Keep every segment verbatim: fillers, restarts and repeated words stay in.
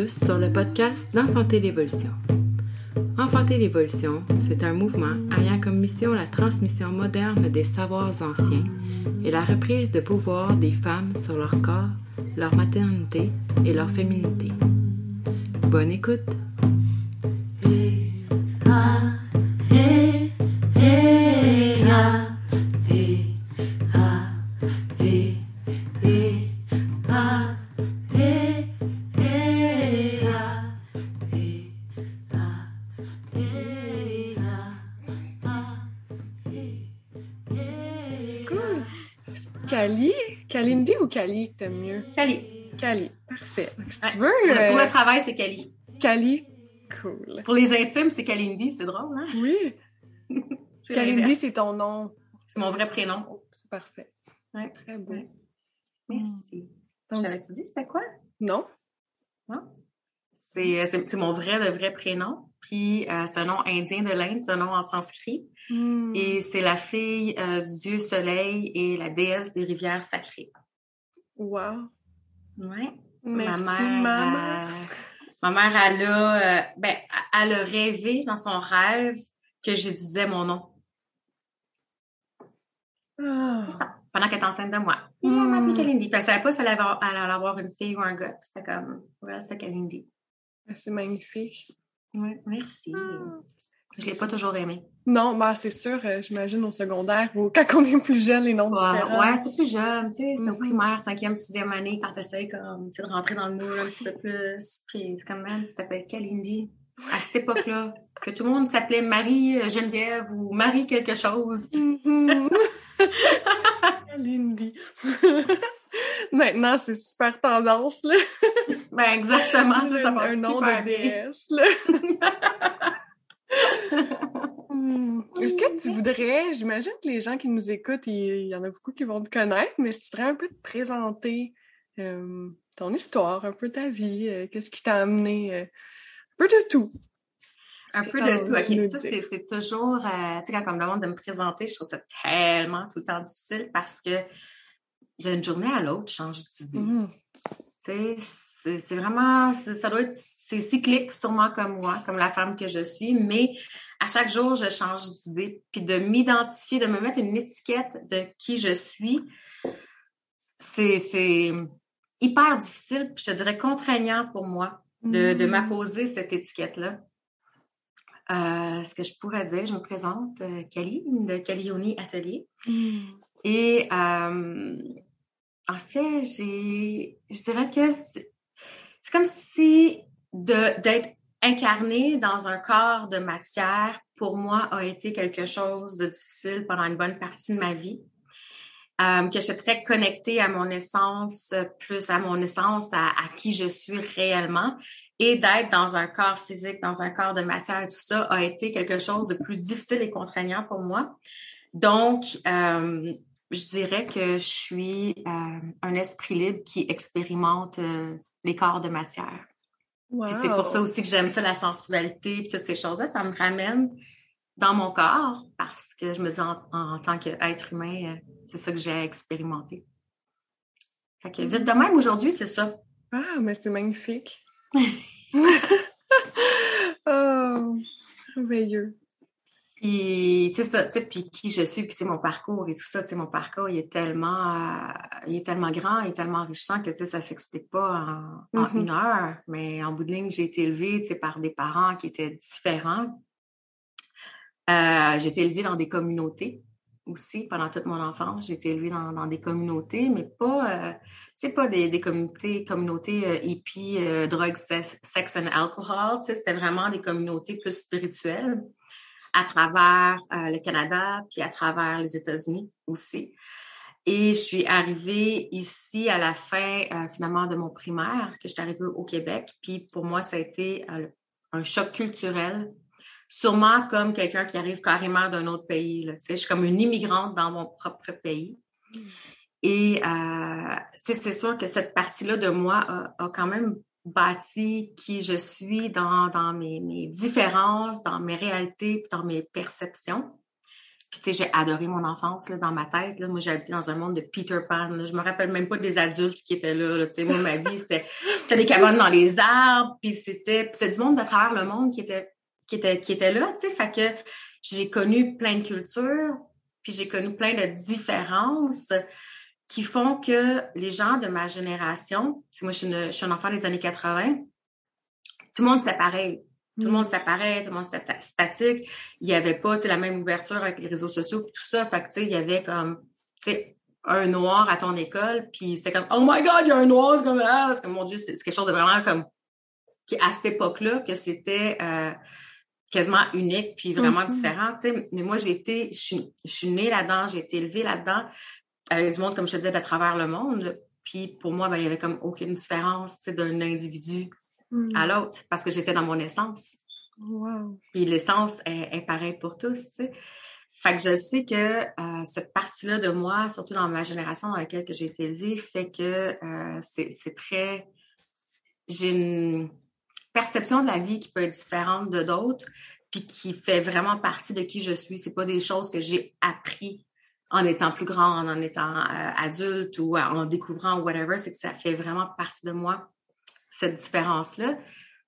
tous sur le podcast d'Enfanter l'évolution. Enfanter l'évolution, c'est un mouvement ayant comme mission la transmission moderne des savoirs anciens et la reprise de pouvoir des femmes sur leur corps, leur maternité et leur féminité. Bonne écoute! Kali? Kalindi ou Kali que t'aimes mieux? Kali. Kali, parfait. Si ouais, tu veux... Pour le, euh... pour le travail, c'est Kali. Kali, cool. Pour les intimes, c'est Kalindi, c'est drôle, hein? Oui. c'est Kalindi, c'est ton nom. C'est mon vrai prénom. Oh, c'est parfait. Ouais. C'est très beau. Ouais. Merci. Donc, J'avais-tu dit c'était quoi? Non. Non? C'est, c'est, c'est mon vrai de vrai prénom. Puis euh, c'est un nom indien de l'Inde, c'est un nom en sanskrit. Mm. Et c'est la fille euh, du dieu soleil et la déesse des rivières sacrées. Wow. Ouais. Merci, ma mère. maman. Euh, ma mère, elle a, euh, ben, elle a rêvé dans son rêve que je disais mon nom. Oh. C'est ça. Pendant qu'elle était enceinte de moi. Et Mm. elle m'a appelée Kalindi. Puis elle savait pas si elle allait avoir, elle allait avoir une fille ou un gars. Puis c'était comme, ouais, c'est Kalindi. C'est magnifique. Oui, merci. Ah. Je l'ai pas toujours aimé. Non, bah c'est sûr, euh, j'imagine au secondaire ou quand on est plus jeune, les noms Ouais, différents. ouais, c'est plus jeune, tu sais, c'est Mm-hmm. au primaire, cinquième, sixième année, quand t'essayes comme, tu sais, de rentrer dans le moule un petit peu plus. Puis c'est comme, man, tu t'appelles Kalindi. À cette époque-là, que tout le monde s'appelait Marie-Geneviève ou Marie quelque chose. Mm-hmm. Kalindi. Maintenant, c'est super tendance, là. Ben, exactement, ça, ça passe un nom super de bien. déesse, là. hmm. Est-ce que tu voudrais, j'imagine que les gens qui nous écoutent, il y en a beaucoup qui vont te connaître, mais si tu voudrais un peu te présenter euh, ton histoire, un peu ta vie, euh, qu'est-ce qui t'a amené, euh, un peu de tout. Un peu de tout, ok. Ça, c'est, c'est toujours, euh, tu sais, quand on me demande de me présenter, je trouve ça tellement tout le temps difficile parce que d'une journée à l'autre, je change d'idée. Mm. Tu sais, c'est, c'est vraiment, c'est, ça doit être, c'est cyclique sûrement comme moi, comme la femme que je suis, mais à chaque jour, je change d'idée. Puis de m'identifier, de me mettre une étiquette de qui je suis, c'est, c'est hyper difficile, puis je te dirais contraignant pour moi de, Mm. de m'apposer cette étiquette-là. Euh, ce que je pourrais dire, je me présente, euh, Kali, de Kalioni Atelier. Mm. Et euh, en fait, j'ai, je dirais que c'est, c'est comme si de, d'être incarnée dans un corps de matière, pour moi, a été quelque chose de difficile pendant une bonne partie de ma vie. Euh, que je suis très connectée à mon essence, plus à mon essence, à, à qui je suis réellement. Et d'être dans un corps physique, dans un corps de matière et tout ça, a été quelque chose de plus difficile et contraignant pour moi. Donc, euh, je dirais que je suis euh, un esprit libre qui expérimente euh, les corps de matière. Wow. Puis c'est pour ça aussi que j'aime ça, la sensualité et toutes ces choses-là. Ça me ramène dans mon corps parce que je me dis en, en tant qu'être humain, euh, c'est ça que j'ai expérimenté. Fait que vite de même, aujourd'hui, c'est ça. Ah, mais c'est magnifique. Oh, merveilleux. Puis, tu sais, ça, tu sais, puis qui je suis, puis tu sais, mon parcours et tout ça, tu sais, mon parcours, il est tellement, euh, il est tellement grand, il est tellement enrichissant que, tu sais, ça s'explique pas en, en Mm-hmm. une heure. Mais en bout de ligne, j'ai été élevée, tu sais, par des parents qui étaient différents. Euh, j'ai été élevée dans des communautés aussi pendant toute mon enfance. J'ai été élevée dans, dans des communautés, mais pas, euh, tu sais, pas des, des communautés, communautés euh, hippie, euh, drogue, sex, sex and alcohol. Tu sais, c'était vraiment des communautés plus spirituelles à travers euh, le Canada, puis à travers les États-Unis aussi. Et je suis arrivée ici à la fin, euh, finalement, de mon primaire, que je suis arrivée au Québec. Puis pour moi, ça a été euh, un choc culturel. Sûrement comme quelqu'un qui arrive carrément d'un autre pays. Là, tu sais, je suis comme une immigrante dans mon propre pays. Mm. Et euh, tu sais, c'est sûr que cette partie-là de moi a, a quand même bâti qui je suis dans, dans mes, mes différences, dans mes réalités, dans mes perceptions. Puis, tu sais, j'ai adoré mon enfance, là, dans ma tête. Là. Moi, j'ai habité dans un monde de Peter Pan. Là. Je me rappelle même pas des adultes qui étaient là. là. Tu sais, moi, ma vie, c'était, c'était des cabanes dans les arbres. Puis, c'était, puis c'était du monde de travers le monde qui était, qui était, qui était là, tu sais. Fait que j'ai connu plein de cultures. Puis, j'ai connu plein de différences qui font que les gens de ma génération, parce que moi, je suis, une, je suis un enfant des années quatre-vingts, tout le monde c'est pareil. Tout le monde c'était pareil, tout le monde c'était statique. Il y avait pas, tu sais, la même ouverture avec les réseaux sociaux et tout ça. Fait que, tu sais, il y avait comme, tu sais, un noir à ton école, puis c'était comme, oh my God, il y a un noir, c'est comme, ah, parce que mon Dieu, c'est, c'est quelque chose de vraiment comme, qui à cette époque-là, que c'était euh, quasiment unique puis vraiment mm-hmm. différent, tu sais. Mais moi, j'ai été, je suis, je suis née là-dedans, j'ai été élevée là-dedans, avec du monde, comme je te disais, de travers le monde. Puis pour moi, ben, il y avait comme aucune différence, tu sais, d'un individu Mm. à l'autre, parce que j'étais dans mon essence. Wow. Puis l'essence est, est pareille pour tous, tu sais. Fait que je sais que euh, cette partie-là de moi, surtout dans ma génération dans laquelle que j'ai été élevée, fait que euh, c'est, c'est très... J'ai une perception de la vie qui peut être différente de d'autres, puis qui fait vraiment partie de qui je suis. C'est pas des choses que j'ai appris en étant plus grande, en étant euh, adulte ou en découvrant whatever. C'est que ça fait vraiment partie de moi, cette différence-là.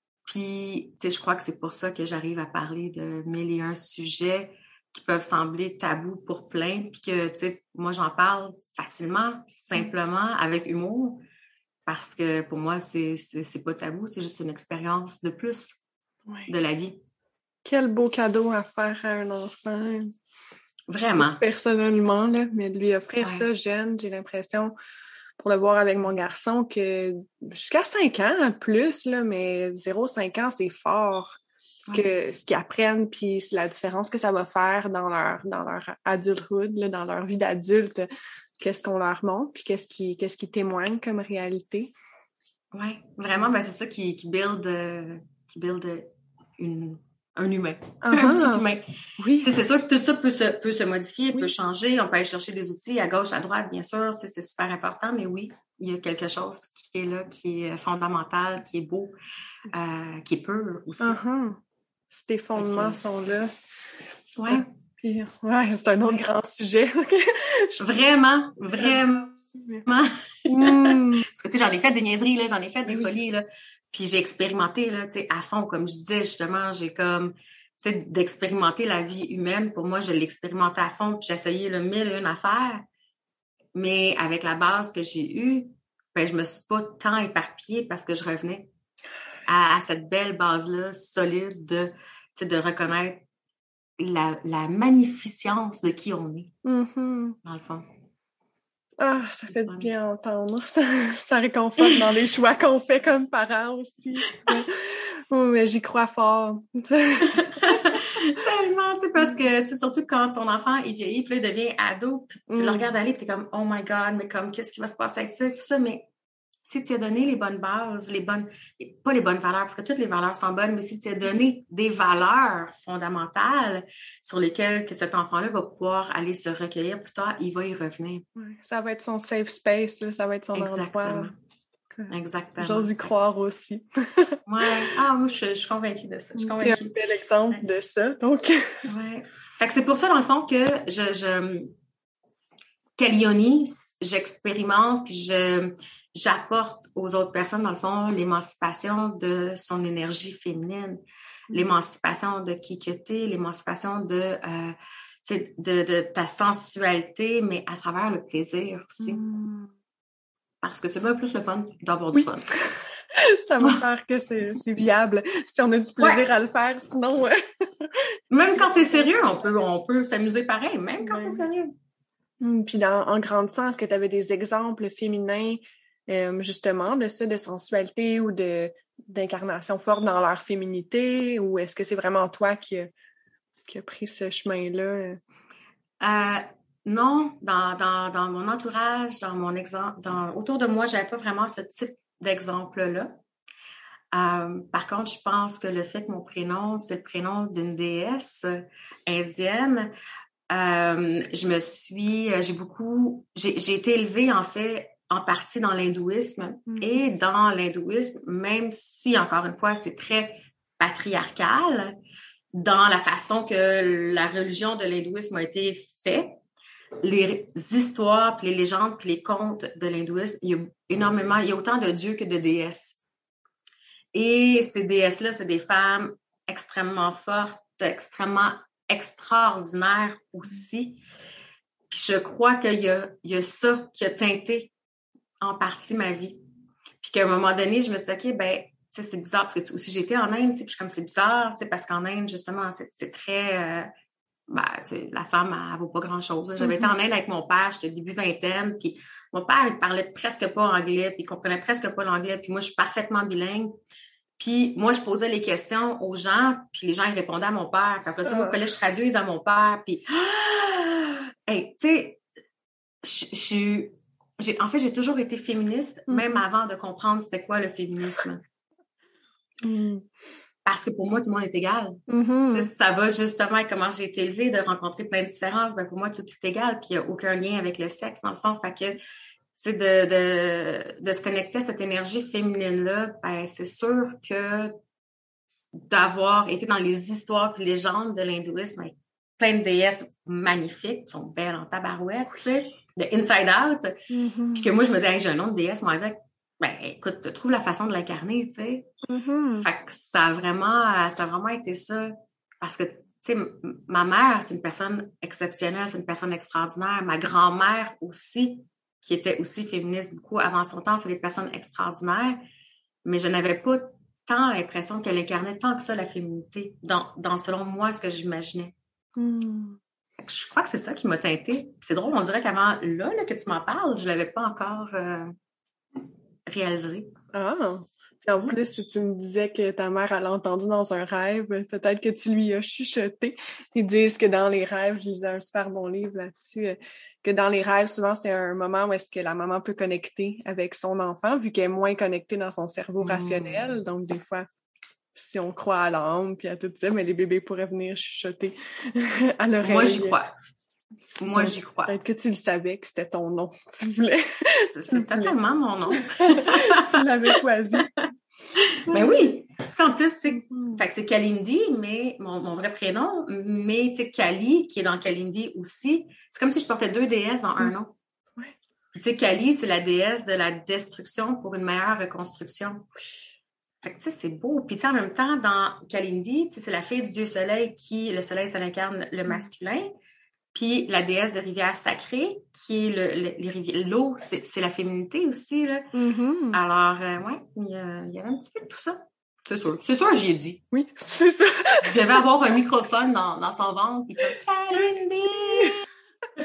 Puis, tu sais, je crois que c'est pour ça que j'arrive à parler de mille et un sujets qui peuvent sembler tabous pour plein, puis que, tu sais, moi, j'en parle facilement, simplement, avec humour, parce que pour moi, c'est, c'est, c'est pas tabou, c'est juste une expérience de plus oui. de la vie. Quel beau cadeau à faire à un enfant. Vraiment. Personnellement, là, mais de lui offrir ouais. ça jeune, j'ai l'impression... pour le voir avec mon garçon, que jusqu'à cinq ans, plus, là, mais zéro à cinq ans, c'est fort ce, que, ouais. ce qu'ils apprennent, puis la différence que ça va faire dans leur, dans leur adulthood, là, dans leur vie d'adulte, qu'est-ce qu'on leur montre, puis qu'est-ce qui, qu'est-ce qui témoigne comme réalité. Oui, vraiment, ben c'est ça qui, qui build, euh, qui build une... un humain, uh-huh. un petit humain. Oui. C'est sûr que tout ça peut se, peut se modifier, oui. peut changer. On peut aller chercher des outils à gauche, à droite, bien sûr. C'est, c'est super important, mais oui, il y a quelque chose qui est là, qui est fondamental, qui est beau, euh, qui est pur aussi. Uh-huh. Si tes fondements okay. sont là. Oui. Puis, ouais, c'est un autre ouais. grand sujet. Vraiment, vraiment. Mm. Parce que, tu sais, j'en ai fait des niaiseries, là, j'en ai fait des oui. folies, là. Puis j'ai expérimenté, là, tu sais, à fond, comme je disais, justement, j'ai comme, tu sais, d'expérimenter la vie humaine. Pour moi, je l'ai expérimenté à fond, puis j'ai essayé le mille et une affaires. Mais avec la base que j'ai eue, ben, je me suis pas tant éparpillée parce que je revenais à, à cette belle base-là, solide, de, tu sais, de reconnaître la, la magnificence de qui on est, mm-hmm. dans le fond. Ah, ça fait du bien à entendre. Ça, ça réconforte dans les choix qu'on fait comme parents aussi. Oh, mais j'y crois fort. Tellement, tu sais, parce que, tu sais, surtout quand ton enfant est vieilli, puis là, il devient ado, puis tu mm. le regardes aller, puis t'es comme, oh my God, mais comme, qu'est-ce qui va se passer avec ça, tout ça, mais si tu as donné les bonnes bases, les bonnes, pas les bonnes valeurs, parce que toutes les valeurs sont bonnes, mais si tu as donné des valeurs fondamentales sur lesquelles que cet enfant-là va pouvoir aller se recueillir plus tard, il va y revenir. Ouais, ça va être son safe space, là, ça va être son Exactement. endroit. Exactement. J'ose y croire aussi. Ouais. Ah, moi, je, je suis convaincue de ça. Je suis convaincue. C'est un bel exemple ouais. de ça, donc. Ouais. Fait que c'est pour ça, dans le fond, que je, je, qu'Alioni, j'expérimente, puis je, j'apporte aux autres personnes, dans le fond, l'émancipation de son énergie féminine, mmh. l'émancipation de qui que t'es, l'émancipation de, euh, de, de ta sensualité, mais à travers le plaisir aussi. Mmh. Parce que c'est bien plus le fun d'avoir oui. du fun. Ça va faire que c'est, c'est viable si on a du plaisir ouais. à le faire, sinon... Ouais. Même quand c'est sérieux, on peut, on peut s'amuser pareil, même quand ouais. c'est sérieux. Mmh, puis dans, en grandissant, est-ce que tu avais des exemples féminins euh, justement de ça, de sensualité ou de, d'incarnation forte dans leur féminité, ou est-ce que c'est vraiment toi qui a, qui a pris ce chemin-là? Euh, non, dans, dans, dans mon entourage, dans mon exemple, dans, autour de moi, j'avais pas vraiment ce type d'exemple-là. Euh, par contre, je pense que le fait que mon prénom, c'est le prénom d'une déesse indienne, euh, je me suis, j'ai beaucoup, j'ai, j'ai été élevée en fait en partie dans l'hindouisme mmh. et dans l'hindouisme, même si encore une fois c'est très patriarcal, dans la façon que la religion de l'hindouisme a été faite, les histoires, puis les légendes, puis les contes de l'hindouisme, il y a énormément, il y a autant de dieux que de déesses. Et ces déesses-là, c'est des femmes extrêmement fortes, extrêmement extraordinaires aussi. Puis je crois qu'il y a, il y a ça qui a teinté en partie ma vie. Puis qu'à un moment donné, je me suis dit, OK, ben, tu sais, c'est bizarre, parce que aussi j'étais en Inde, tu sais, puis je suis comme, c'est bizarre, tu sais, parce qu'en Inde, justement, c'est, c'est très... Euh, ben, tu sais, la femme, elle, elle vaut pas grand-chose. J'avais mm-hmm. été en Inde avec mon père, j'étais début vingtaine, puis mon père, il parlait presque pas anglais, puis il comprenait presque pas l'anglais, puis moi, je suis parfaitement bilingue. Puis moi, je posais les questions aux gens, puis les gens, ils répondaient à mon père. Puis après ça, moi, il fallait que je traduise à mon père, puis... Hey, tu sais, je suis... J'ai, en fait, j'ai toujours été féministe, mm-hmm. même avant de comprendre c'était quoi le féminisme. Mm. Parce que pour moi, tout le monde est égal. Mm-hmm. Ça va justement avec comment j'ai été élevée, de rencontrer plein de différences. Ben, pour moi, tout est égal, puis il n'y a aucun lien avec le sexe, en le fond. Fait que, tu sais, de, de, de se connecter à cette énergie féminine-là, ben, c'est sûr que d'avoir été dans les histoires et légendes de l'hindouisme, avec plein de déesses magnifiques, qui sont belles en tabarouette, tu sais, de Inside Out. Mm-hmm. Puis que moi, je me disais, hey, j'ai un nom de déesse, moi, avec. Ben, écoute, trouve la façon de l'incarner, tu sais. Mm-hmm. Fait que ça a vraiment, ça a vraiment été ça. Parce que, tu sais, m- ma mère, c'est une personne exceptionnelle, c'est une personne extraordinaire. Ma grand-mère aussi, qui était aussi féministe beaucoup avant son temps, c'est des personnes extraordinaires. Mais je n'avais pas tant l'impression qu'elle incarnait tant que ça la féminité, dans, dans selon moi, ce que j'imaginais. Mm. Je crois que c'est ça qui m'a teintée. C'est drôle, on dirait qu'avant, là, là que tu m'en parles, je l'avais pas encore euh, réalisé. Ah! En plus, si tu me disais que ta mère, elle a entendu dans un rêve, peut-être que tu lui as chuchoté. Ils disent que dans les rêves, je lisais un super bon livre là-dessus, que dans les rêves, souvent, c'est un moment où est-ce que la maman peut connecter avec son enfant, vu qu'elle est moins connectée dans son cerveau mmh. rationnel. Donc, des fois, si on croit à l'âme puis à tout ça, mais les bébés pourraient venir chuchoter à l'oreille. Moi, j'y crois. Moi, Donc, j'y crois. Peut-être que tu le savais que c'était ton nom, tu voulais. C'est totalement mon nom. Tu l'avais choisi. Ben oui! Puis en plus, tu sais, fait que c'est Kalindi, mais mon, mon vrai prénom, mais tu sais, Kali, qui est dans Kalindi aussi, c'est comme si je portais deux déesses dans un nom. Ouais. Tu sais, Kali, c'est la déesse de la destruction pour une meilleure reconstruction. Fait que tu sais, c'est beau. Puis tu sais, en même temps, dans Kalindi, tu sais, c'est la fille du dieu soleil qui, le soleil, ça incarne le masculin. Puis la déesse de rivière sacrée, qui est le, le, les rivières, l'eau, c'est, c'est la féminité aussi, là. Mm-hmm. Alors, euh, ouais, il y, a, il y avait un petit peu de tout ça. C'est sûr. C'est sûr, j'y ai dit. Oui, c'est ça. Je devais avoir un microphone dans, dans son ventre, puis comme Kalindi!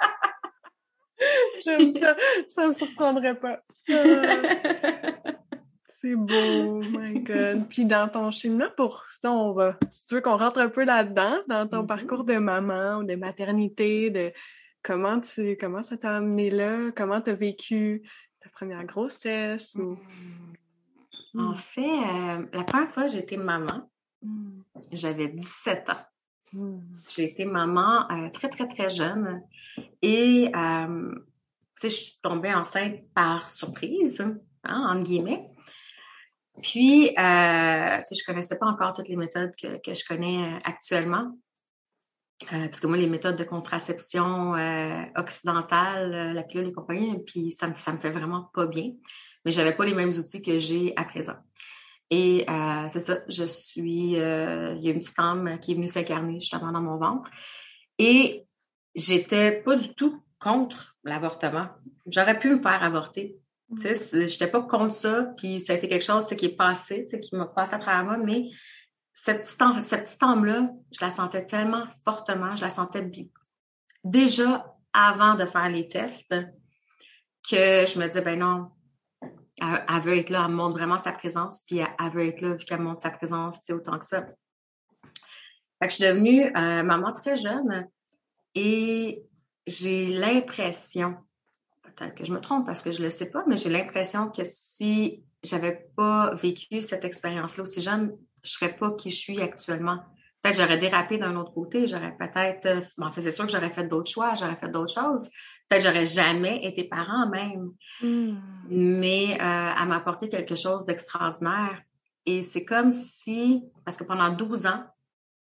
J'aime ça. Ça me surprendrait pas. Euh... C'est beau, my God. Puis dans ton cheminement, pour ça, on va, si tu veux qu'on rentre un peu là-dedans, dans ton mm-hmm. parcours de maman ou de maternité, de comment tu, comment ça t'a amené là, comment t'as vécu ta première grossesse ou... Mm. En fait, euh, la première fois que j'ai été maman, mm. j'avais dix-sept ans. Mm. J'ai été maman euh, très, très, très jeune. Et, euh, tu sais, je suis tombée enceinte par surprise, hein, entre guillemets. Puis, euh, tu sais, je connaissais pas encore toutes les méthodes que, que je connais euh, actuellement. Euh, parce que moi, les méthodes de contraception euh, occidentale, euh, la pilule et compagnie, puis ça me, ça me fait vraiment pas bien. Mais j'avais pas les mêmes outils que j'ai à présent. Et euh, c'est ça, je suis... Euh, il y a une petite âme qui est venue s'incarner justement dans mon ventre. Et j'étais pas du tout contre l'avortement. J'aurais pu me faire avorter. Tu sais, j'étais pas contre ça, puis ça a été quelque chose qui est passé, tu sais, qui m'a passé à travers moi, mais cette petite, âme, cette petite âme-là, je la sentais tellement fortement, je la sentais bien. Déjà avant de faire les tests, que je me disais, ben non, elle, elle veut être là, elle montre vraiment sa présence, puis elle, elle veut être là, vu qu'elle montre sa présence, tu sais, autant que ça. Fait que je suis devenue euh, maman très jeune, et j'ai l'impression, peut-être que je me trompe parce que je le sais pas, mais j'ai l'impression que si j'avais pas vécu cette expérience-là aussi jeune, je serais pas qui je suis actuellement. Peut-être que j'aurais dérapé d'un autre côté, j'aurais peut-être... En fait, c'est sûr que j'aurais fait d'autres choix, j'aurais fait d'autres choses. Peut-être que j'aurais jamais été parent même. Mm. Mais euh, elle m'a apporté quelque chose d'extraordinaire. Et c'est comme si... Parce que pendant douze ans,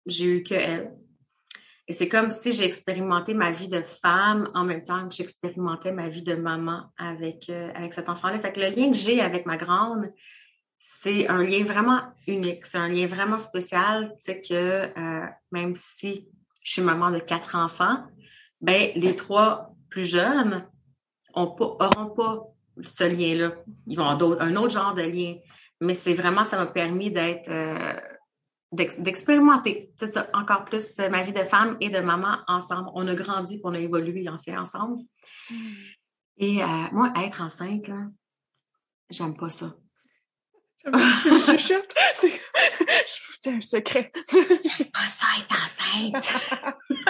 j'ai eu que elle. Et c'est comme si j'ai expérimenté ma vie de femme en même temps que j'expérimentais ma vie de maman avec, euh, avec cet enfant-là. Fait que le lien que j'ai avec ma grande, c'est un lien vraiment unique. C'est un lien vraiment spécial. Tu sais que euh, même si je suis maman de quatre enfants, ben les trois plus jeunes ont pas, auront pas ce lien-là. Ils vont avoir d'autres, un autre genre de lien. Mais c'est vraiment, ça m'a permis d'être... Euh, D'ex- d'expérimenter, c'est ça, encore plus euh, ma vie de femme et de maman ensemble. On a grandi, on a évolué, en fait, ensemble. Mm. Et euh, moi, être enceinte, là, j'aime pas ça. C'est le chuchote. C'est... c'est un secret. J'aime pas ça, être enceinte.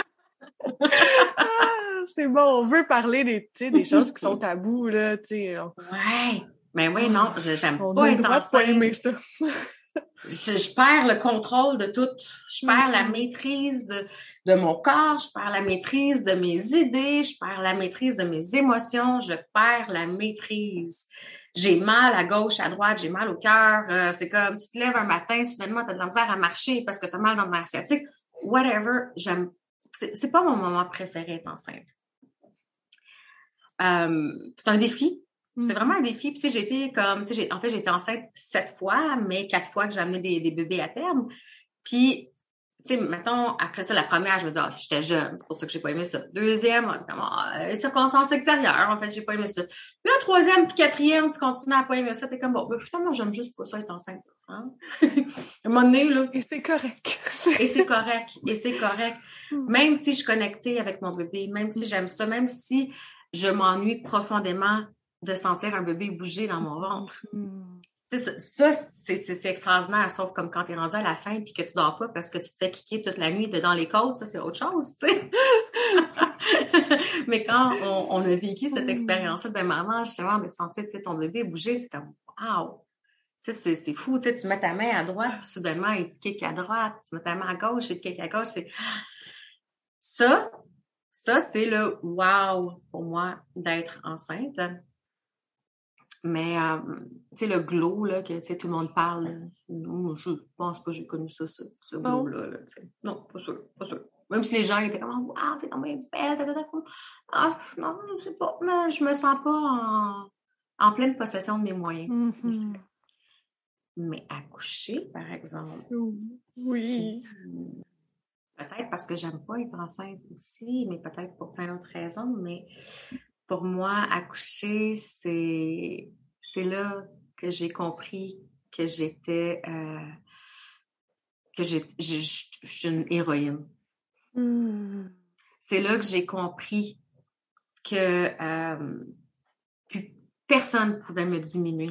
Ah, c'est bon, on veut parler des, des choses qui sont tabous, là, tu sais. On... Ouais, mais oui, non, je, j'aime on pas a être le droit enceinte. de pas aimer ça. Je, je perds le contrôle de tout. Je perds mm-hmm. la maîtrise de, de mon corps, je perds la maîtrise de mes idées, je perds la maîtrise de mes émotions, je perds la maîtrise. J'ai mal à gauche, à droite, j'ai mal au cœur. Euh, c'est comme, tu te lèves un matin, soudainement, tu as de la misère à marcher parce que tu as mal dans le nerf sciatique. Whatever, j'aime. C'est, c'est pas mon moment préféré être enceinte. Euh, c'est un défi. C'est vraiment un défi. Puis, tu sais, j'ai été comme, tu sais, j'ai, en fait, j'ai été enceinte sept fois, mais quatre fois que j'ai amené des, des bébés à terme. Puis, tu sais, mettons, après ça, la première, je me dis, ah, j'étais jeune, c'est pour ça que j'ai pas aimé ça. Deuxième, vraiment, euh, circonstances extérieures, en fait, j'ai pas aimé ça. Puis là, troisième, puis quatrième, tu continues à pas aimer ça, t'es comme, bon, ben, finalement, j'aime juste pas ça être enceinte. Hein? À un moment donné, là. Et c'est correct. Et c'est correct. Et c'est correct. Même si je suis connectée avec mon bébé, même si j'aime ça, même si je m'ennuie profondément de sentir un bébé bouger dans mon ventre. Mm. Ça, ça c'est, c'est, c'est extraordinaire, sauf comme quand tu es rendu à la fin puis que tu dors pas parce que tu te fais kicker toute la nuit dans les côtes, ça, c'est autre chose, tu sais. Mais quand on, on a vécu cette expérience-là de maman, justement, de sentir ton bébé bouger, c'est comme, wow! Tu sais, c'est, c'est fou, tu sais, tu mets ta main à droite puis soudainement, il te kick à droite. Tu mets ta main à gauche, il te kick à gauche. C'est... Ça, ça, c'est le wow pour moi d'être enceinte. Mais, euh, tu sais, le glow, là, que, tu sais, tout le monde parle, non, je pense pas que j'ai connu ça, ça ce glow-là, là, tu sais. Non, pas sûr, pas sûr. Même si les gens étaient comme, waouh, t'es tombée belle, t'es tombée ah, non, je sais pas, mais je me sens pas en, en pleine possession de mes moyens. Mm-hmm. Mais accoucher, par exemple. Oui. Peut-être parce que j'aime pas être enceinte aussi, mais peut-être pour plein d'autres raisons, mais... Pour moi, accoucher, c'est, c'est là que j'ai compris que j'étais, euh, que j'ai, je suis une héroïne. Mm. C'est là que j'ai compris que euh, plus personne ne pouvait me diminuer.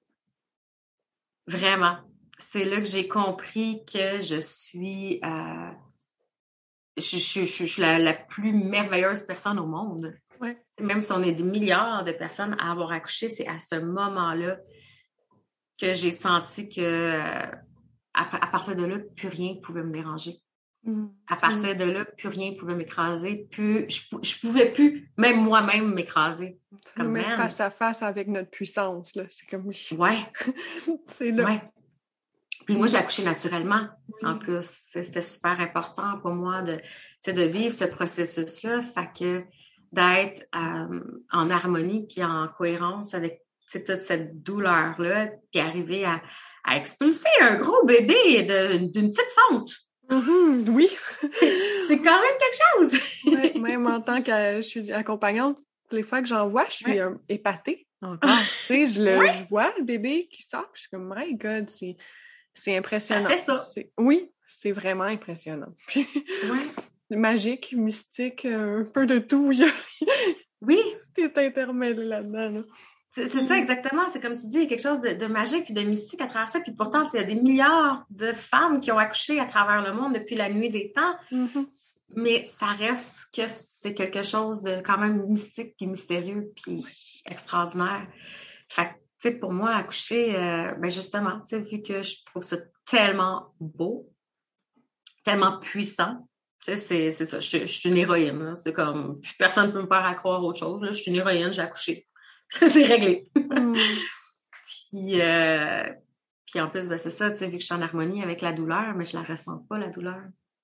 Vraiment. C'est là que j'ai compris que je suis, euh, je, je, je, je suis la, la plus merveilleuse personne au monde. Ouais. Même si on est des milliards de personnes à avoir accouché, c'est à ce moment-là que j'ai senti que euh, à, à partir de là, plus rien ne pouvait me déranger. Mmh. À partir mmh. de là, plus rien ne pouvait m'écraser. Plus, je, je pouvais plus, même moi-même, m'écraser. Comme mettre face à face avec notre puissance, là. C'est comme... Ouais. c'est là. Ouais. Puis moi, j'ai accouché naturellement. Mmh. En plus, c'était super important pour moi de, de vivre ce processus-là. Fait que d'être euh, en harmonie puis en cohérence avec toute cette douleur-là, puis arriver à, à expulser un gros bébé de, d'une petite fonte. Mm-hmm, oui. C'est quand même quelque chose. Ouais, même en tant que je suis accompagnante, les fois que j'en vois, je suis ouais. euh, épatée encore. Tu sais, je, le, ouais. je vois le bébé qui sort, je suis comme, my God, c'est, c'est impressionnant. Ça fait ça. C'est, oui, c'est vraiment impressionnant. Ouais. Magique, mystique, un peu de tout. Oui. Tout est intermêlé là-dedans. Là. C'est, c'est ça, exactement. C'est comme tu dis, il y a quelque chose de, de magique et de mystique à travers ça. Puis pourtant, il y a des milliards de femmes qui ont accouché à travers le monde depuis la nuit des temps. Mm-hmm. Mais ça reste que c'est quelque chose de quand même mystique puis mystérieux puis extraordinaire. Fait que, tu sais, pour moi, accoucher, euh, ben justement, tu sais, vu que je trouve ça tellement beau, tellement puissant, tu sais, c'est, c'est ça, je, je suis une héroïne. Là. C'est comme, personne ne peut me faire à croire autre chose. Là. Je suis une héroïne, j'ai accouché. C'est réglé. Mm. puis, euh, puis en plus, ben, c'est ça, tu sais, vu que je suis en harmonie avec la douleur, mais je la ressens pas, la douleur.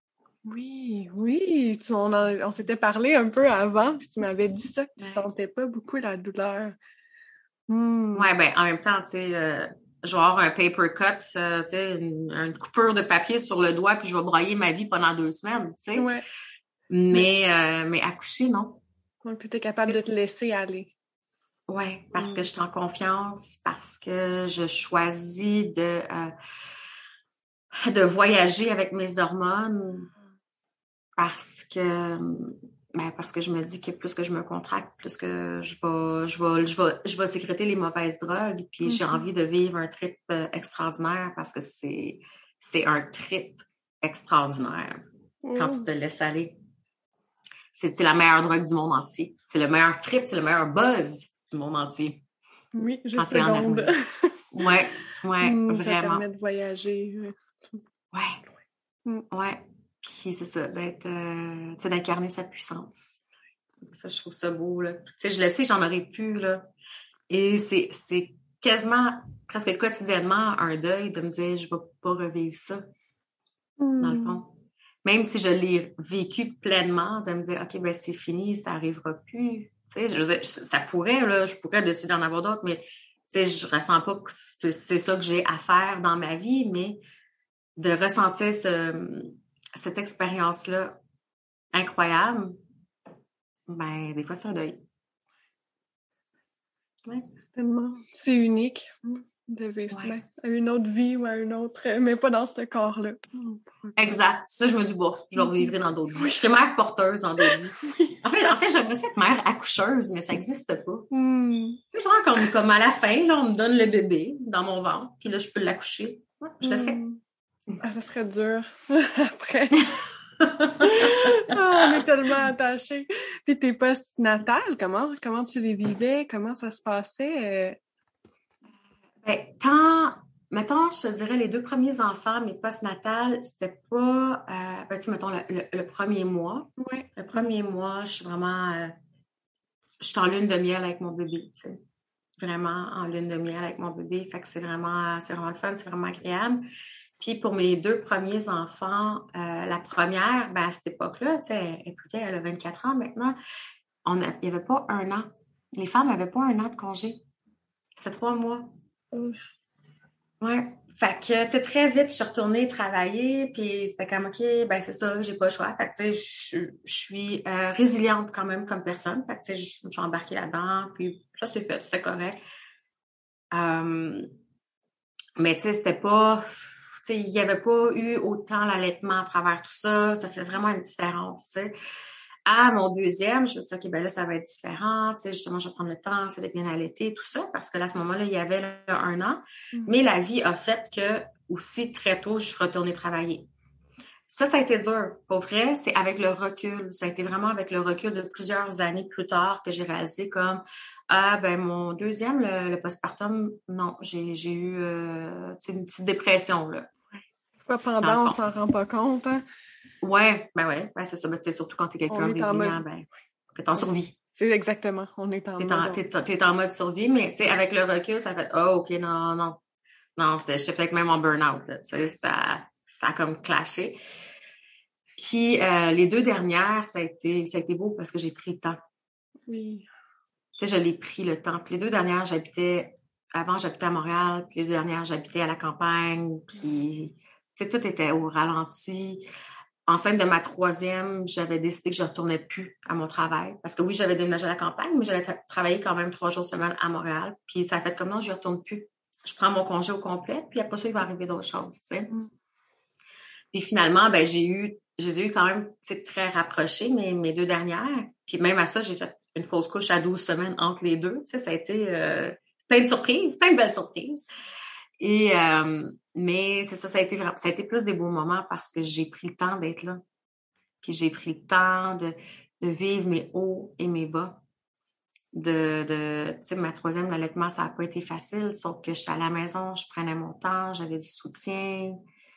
Oui, oui. Tu, on, en- on s'était parlé un peu avant, puis tu m'avais dit ça, que tu Ouais. sentais pas beaucoup la douleur. Hmm. Ouais, ben en même temps, tu sais, euh, je vais avoir un paper cut, euh, tu sais, une, une coupure de papier sur le doigt, puis je vais broyer ma vie pendant deux semaines, tu sais. Ouais. Mais, euh, mais accoucher, non. Donc, tu es capable de te laisser aller. Oui, parce Mm. que je suis en confiance, parce que je choisis de, euh, de voyager avec mes hormones, parce que, ben, parce que je me dis que plus que je me contracte, plus que je vais, je vais, je vais, je vais sécréter les mauvaises drogues, puis Mm-hmm. j'ai envie de vivre un trip euh, extraordinaire parce que c'est, c'est un trip extraordinaire Mm. quand tu te laisses aller. C'est, c'est la meilleure drogue du monde entier. C'est le meilleur trip, c'est le meilleur buzz du monde entier. Oui, je Quand t'es en seconde. harmonie. Ouais, ouais, Mm, ça vraiment. permet de voyager. Ouais, Mm. ouais. Puis c'est ça, d'être, euh, tu sais, d'incarner sa puissance. Ça, je trouve ça beau, là. Puis, tu sais, je le sais, j'en aurais pu, là. Et c'est, c'est quasiment, presque quotidiennement, un deuil de me dire, je vais pas revivre ça, Mm. dans le fond. Même si je l'ai vécu pleinement, de me dire, OK, ben c'est fini, ça arrivera plus. Tu sais, je veux dire, ça pourrait, là, je pourrais décider d'en avoir d'autres, mais tu sais, je ressens pas que c'est ça que j'ai à faire dans ma vie, mais de ressentir ce, cette expérience-là incroyable, ben, des fois, c'est un deuil. Ouais. Tellement. C'est unique de vivre ça Ouais. à une autre vie ou à une autre, mais pas dans ce corps-là. Exact. Ça, je me dis, bon, je le revivrai dans d'autres vies. Je serai mère porteuse dans d'autres vies. En fait, en fait, j'aimerais ça être mère accoucheuse, mais ça n'existe pas. Mm. Genre, comme, comme à la fin, là, on me donne le bébé dans mon ventre, puis là, je peux l'accoucher. Ouais, je le ferais. Mm. Ah, ça serait dur après. Ah, on est tellement attachés. Puis tes post-natales, comment, comment tu les vivais? Comment ça se passait? Ben, quand, mettons, je te dirais, les deux premiers enfants, mes post-natales, c'était pas, euh, ben, tu sais, mettons, le, le, le premier mois. Ouais. Le premier mois, je suis vraiment, euh, je suis en lune de miel avec mon bébé, tu sais. Vraiment en lune de miel avec mon bébé. Fait que c'est vraiment, c'est vraiment le fun, c'est vraiment agréable. Puis pour mes deux premiers enfants, euh, la première, ben à cette époque-là, tu sais, elle est plus vieille, elle a vingt-quatre ans maintenant, on a, il n'y avait pas un an. Les femmes n'avaient pas un an de congé. C'était trois mois. Ouf. Ouais. Fait que, tu sais, très vite, je suis retournée travailler, puis c'était comme, OK, ben c'est ça, j'ai pas le choix. Fait que, tu sais, je, je suis euh, résiliente quand même comme personne. Fait que, tu sais, je, je suis embarquée là-dedans, puis ça, c'est fait, c'était correct. Euh, mais, tu sais, c'était pas... Tu sais, il n'y avait pas eu autant l'allaitement à travers tout ça. Ça fait vraiment une différence, tu sais. À mon deuxième, je me suis dit, OK, ben là, ça va être différent. Tu sais, justement, je vais prendre le temps, ça de bien allaiter, tout ça, parce que là, à ce moment-là, il y avait là, un an. Mm-hmm. Mais la vie a fait que, aussi, très tôt, je suis retournée travailler. Ça, ça a été dur. Pour vrai, c'est avec le recul. Ça a été vraiment avec le recul de plusieurs années plus tard que j'ai réalisé comme, ah, ben, mon deuxième, le, le postpartum, non, j'ai, j'ai eu, euh, tu sais, une petite dépression, là. Pendant, on s'en rend pas compte, hein? Ouais, ben ouais, ben c'est ça. Ben, surtout quand t'es quelqu'un résilient, mode... ben, t'es en survie. C'est exactement, on est en t'es mode... En, t'es, t'es en mode survie, mais c'est avec le recul, ça fait, oh, OK, non, non. Non, c'est, j'étais peut-être même en burn-out, tu sais, ça, ça a comme clashé. Puis, euh, les deux dernières, ça a été, ça a été beau parce que j'ai pris le temps. Oui. Tu sais, je l'ai pris le temps. Puis les deux dernières, j'habitais, avant, j'habitais à Montréal, puis les deux dernières, j'habitais à la campagne, puis, tu sais, tout était au ralenti. Enceinte de ma troisième, j'avais décidé que je ne retournais plus à mon travail. Parce que oui, j'avais déménagé à la campagne, mais j'allais tra- travailler quand même trois jours semaine à Montréal. Puis ça a fait comme non, je ne retourne plus. Je prends mon congé au complet, puis après ça, il va arriver d'autres choses, tu sais. Mm. Puis finalement, ben j'ai eu, je les ai eu quand même, tu sais, très rapprochés, mes, mes deux dernières. Puis même à ça, j'ai fait une fausse couche à douze semaines entre les deux. Tu sais, ça a été euh, plein de surprises, plein de belles surprises. Et euh, mais c'est ça, ça a été vraiment, ça a été plus des beaux moments parce que j'ai pris le temps d'être là. Puis j'ai pris le temps de, de vivre mes hauts et mes bas. De, de tu sais, ma troisième allaitement, ça n'a pas été facile, sauf que j'étais à la maison, je prenais mon temps, j'avais du soutien.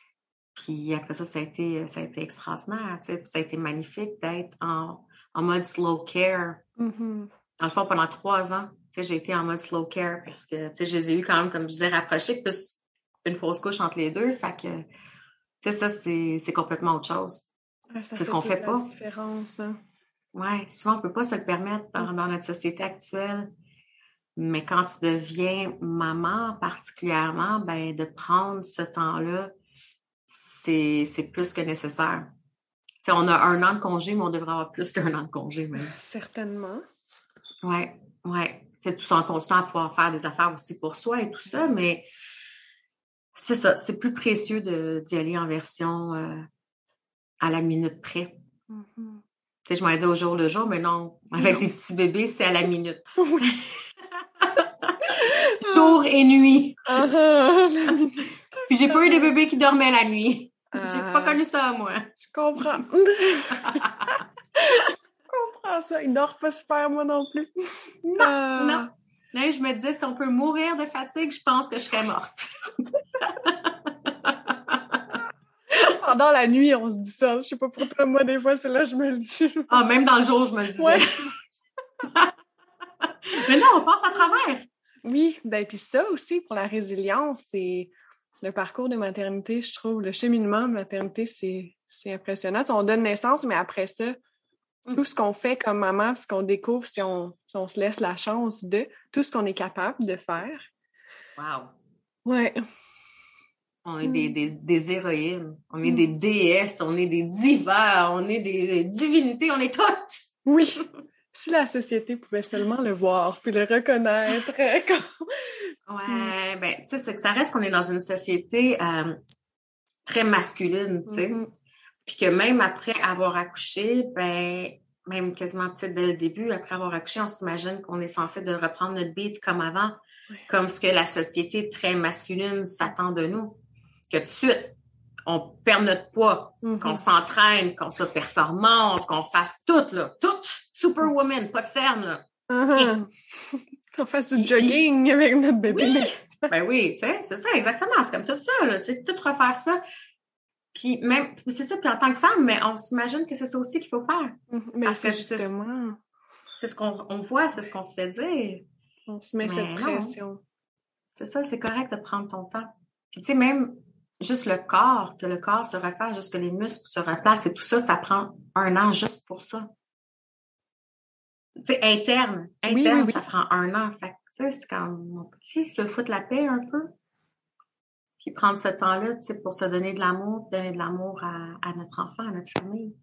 Puis après ça, ça a été, ça a été extraordinaire, tu sais. Puis ça a été magnifique d'être en, en mode slow care. Mm-hmm. Dans le fond, pendant trois ans, tu sais, j'ai été en mode slow care parce que, tu sais, je les ai eu quand même, comme je disais, rapprochés, plus une fausse couche entre les deux. Fait que, tu sais, ça, c'est, c'est complètement autre chose. Ouais, ça c'est ce fait qu'on toute fait la pas. différence. Hein. Ouais, souvent, on peut pas se le permettre dans, dans notre société actuelle. Mais quand tu deviens maman, particulièrement, ben, de prendre ce temps-là, c'est, c'est plus que nécessaire. Tu sais, on a un an de congé, mais on devrait avoir plus qu'un an de congé, même. Certainement. Ouais, ouais. C'est tout en continuant à pouvoir faire des affaires aussi pour soi et tout ça, mais c'est ça, c'est plus précieux de, d'y aller en version euh, à la minute près. Mm-hmm. Tu sais, je m'en dis au jour le jour, mais non, avec non. des petits bébés, c'est à la minute. Oui. Jour et nuit. Ah, ah, la minute. Puis j'ai pas eu des bébés qui dormaient la nuit. Ah, J'ai pas connu ça, moi. Je comprends. Je comprends ça. Il dort pas super, moi non plus. Non, Ah. non. Là, je me disais, si on peut mourir de fatigue, je pense que je serais morte. Pendant la nuit, on se dit ça. Je sais pas pour toi, moi, des fois, c'est là que je me le dis. Ah, même dans le jour, je me le disais. Ouais. Mais là, on passe à travers. Oui, ben puis ça aussi, pour la résilience, c'est le parcours de maternité, je trouve. Le cheminement de maternité, c'est, c'est impressionnant. On donne naissance, mais après ça, tout ce qu'on fait comme maman, ce qu'on découvre, si on, si on se laisse la chance de, tout ce qu'on est capable de faire. Wow. Ouais. On est des, des, des héroïnes, on est des déesses, on est des divas, on est des, des divinités, on est toutes! Oui! Si la société pouvait seulement le voir, puis le reconnaître. Ouais, ben, tu sais, c'est que ça reste qu'on est dans une société euh, très masculine, tu sais. Mm-hmm. Puis que même après avoir accouché, ben, même quasiment peut-être dès le début, après avoir accouché, on s'imagine qu'on est censé de reprendre notre beat comme avant, ouais. Comme ce que la société très masculine s'attend de nous. Que tout de suite, on perde notre poids, mm-hmm. Qu'on s'entraîne, qu'on soit performante, qu'on fasse tout, là, tout, superwoman, pas de cernes, là. Uh-huh. Qu'on fasse du jogging puis, avec notre bébé. Oui, ben oui, tu sais, c'est ça, exactement, c'est comme tout ça, là, tu sais, tout refaire ça. Puis même, c'est ça, puis en tant que femme, mais on s'imagine que c'est ça aussi qu'il faut faire. Mm-hmm. Mais parce que justement... C'est, c'est ce qu'on on voit, c'est ce qu'on se fait dire. On se met mais cette pression. Non. C'est ça, c'est correct de prendre ton temps. Puis tu sais, même... Juste le corps, que le corps se refaire, juste que les muscles se replacent et tout ça, ça prend un an juste pour ça. Tu sais, interne, interne, oui, oui, oui. Ça prend un an. Fait que, tu sais, c'est quand on peut-tu se foutre la paix un peu? Puis prendre ce temps-là, tu sais, pour se donner de l'amour, donner de l'amour à, à notre enfant, à notre famille.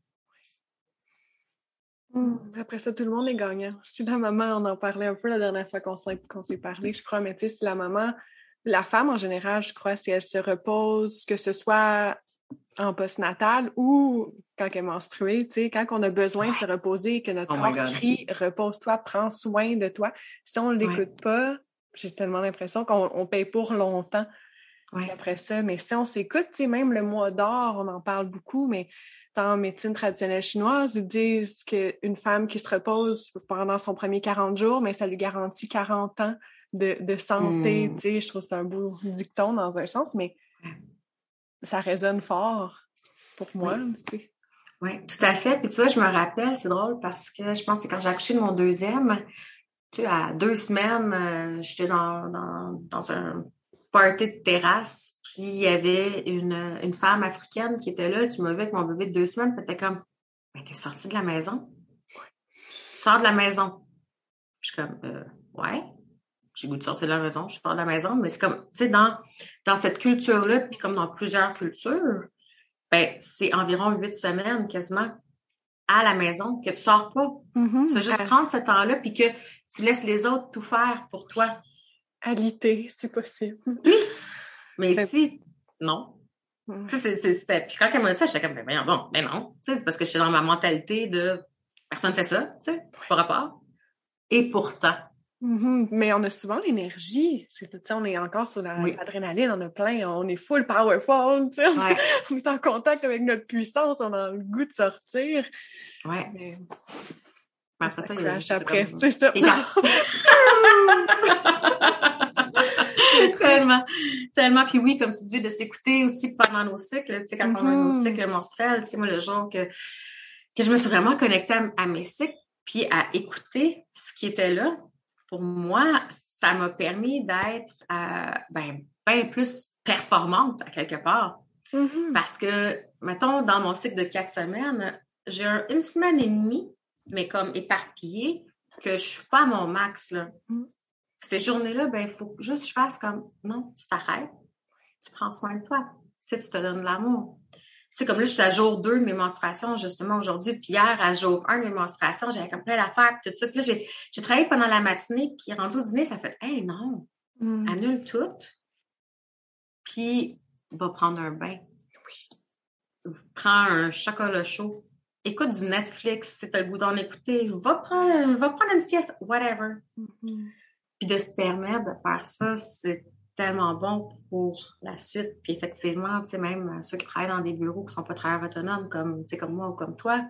Hum, après ça, tout le monde est gagnant. Si la maman, on en parlait un peu la dernière fois qu'on s'est, qu'on s'est parlé, je crois, mais tu sais, si la maman... La femme, en général, je crois, si elle se repose, que ce soit en postnatal ou quand elle est menstruée, tu sais, quand on a besoin de se reposer, que notre oh corps crie « repose-toi, prends soin de toi », si on ne l'écoute ouais. pas, j'ai tellement l'impression qu'on on paye pour longtemps ouais. Après ça. Mais si on s'écoute, tu sais, même le mois d'or, on en parle beaucoup, mais dans la médecine traditionnelle chinoise, ils disent qu'une femme qui se repose pendant son premier quarante jours, mais ça lui garantit quarante ans De, de santé, mm. tu sais, je trouve que c'est un beau dicton dans un sens, mais ça résonne fort pour moi, oui. tu sais. Oui, tout à fait. Puis tu vois, je me rappelle, c'est drôle parce que je pense que quand j'ai accouché de mon deuxième, tu sais, à deux semaines, euh, j'étais dans, dans, dans un party de terrasse, puis il y avait une, une femme africaine qui était là, qui m'a vu avec mon bébé de deux semaines, puis elle était comme, mais t'es sortie de la maison? Tu sors de la maison? Je suis comme, euh, ouais. J'ai goût de sortir de la maison, je sors de la maison, mais c'est comme, tu sais, dans, dans cette culture-là, puis comme dans plusieurs cultures, ben, c'est environ huit semaines quasiment à la maison que tu sors pas. Mm-hmm. Tu vas juste à... prendre ce temps-là, puis que tu laisses les autres tout faire pour toi. Alité, c'est possible. Oui, mais c'est... si, non. Mm. Tu sais, c'est, c'est, puis quand elle m'a dit ça, j'étais comme, ben, ben non, ben non. Tu sais, c'est parce que j'étais dans ma mentalité de personne fait ça, tu sais, pas rapport. Et pourtant, Mm-hmm. Mais on a souvent l'énergie. C'est, on est encore sur la, oui. l'adrénaline, on a plein, on est full powerful. Ouais. On est en contact avec notre puissance, on a le goût de sortir. Ouais. Mais, mais ça, ça, ça crash c'est après. Comme... C'est ça. tellement, tellement. Puis oui, comme tu dis, de s'écouter aussi pendant nos cycles. Tu sais, quand mm-hmm. on a nos cycles menstruels, tu sais, moi, le jour que, que je me suis vraiment connectée à, à mes cycles, puis à écouter ce qui était là, pour moi, ça m'a permis d'être euh, ben, ben plus performante à quelque part. Mm-hmm. Parce que mettons, dans mon cycle de quatre semaines, j'ai un, une semaine et demie, mais comme éparpillée, que je suis pas à mon max, là. Mm. Ces journées-là, ben, il faut juste que je fasse comme, non, tu t'arrêtes, tu prends soin de toi, tu sais, tu te donnes de l'amour. Tu sais, comme là, je suis à jour deux de mes menstruations, justement, aujourd'hui, puis hier, à jour un de mes menstruations, j'avais comme plein d'affaires, puis tout ça. Puis là, j'ai, j'ai travaillé pendant la matinée, puis rendu au dîner, ça fait, hey, non, mm. annule tout, puis va prendre un bain. Oui. Prends un chocolat chaud. Écoute du Netflix, si t'as le goût d'en écouter. Va prendre, va prendre une sieste, whatever. Mm-hmm. Puis de se permettre de faire ça, c'est tellement bon pour la suite. Puis effectivement, tu sais, même ceux qui travaillent dans des bureaux qui sont pas travailleurs autonomes, comme, tu sais, comme moi ou comme toi,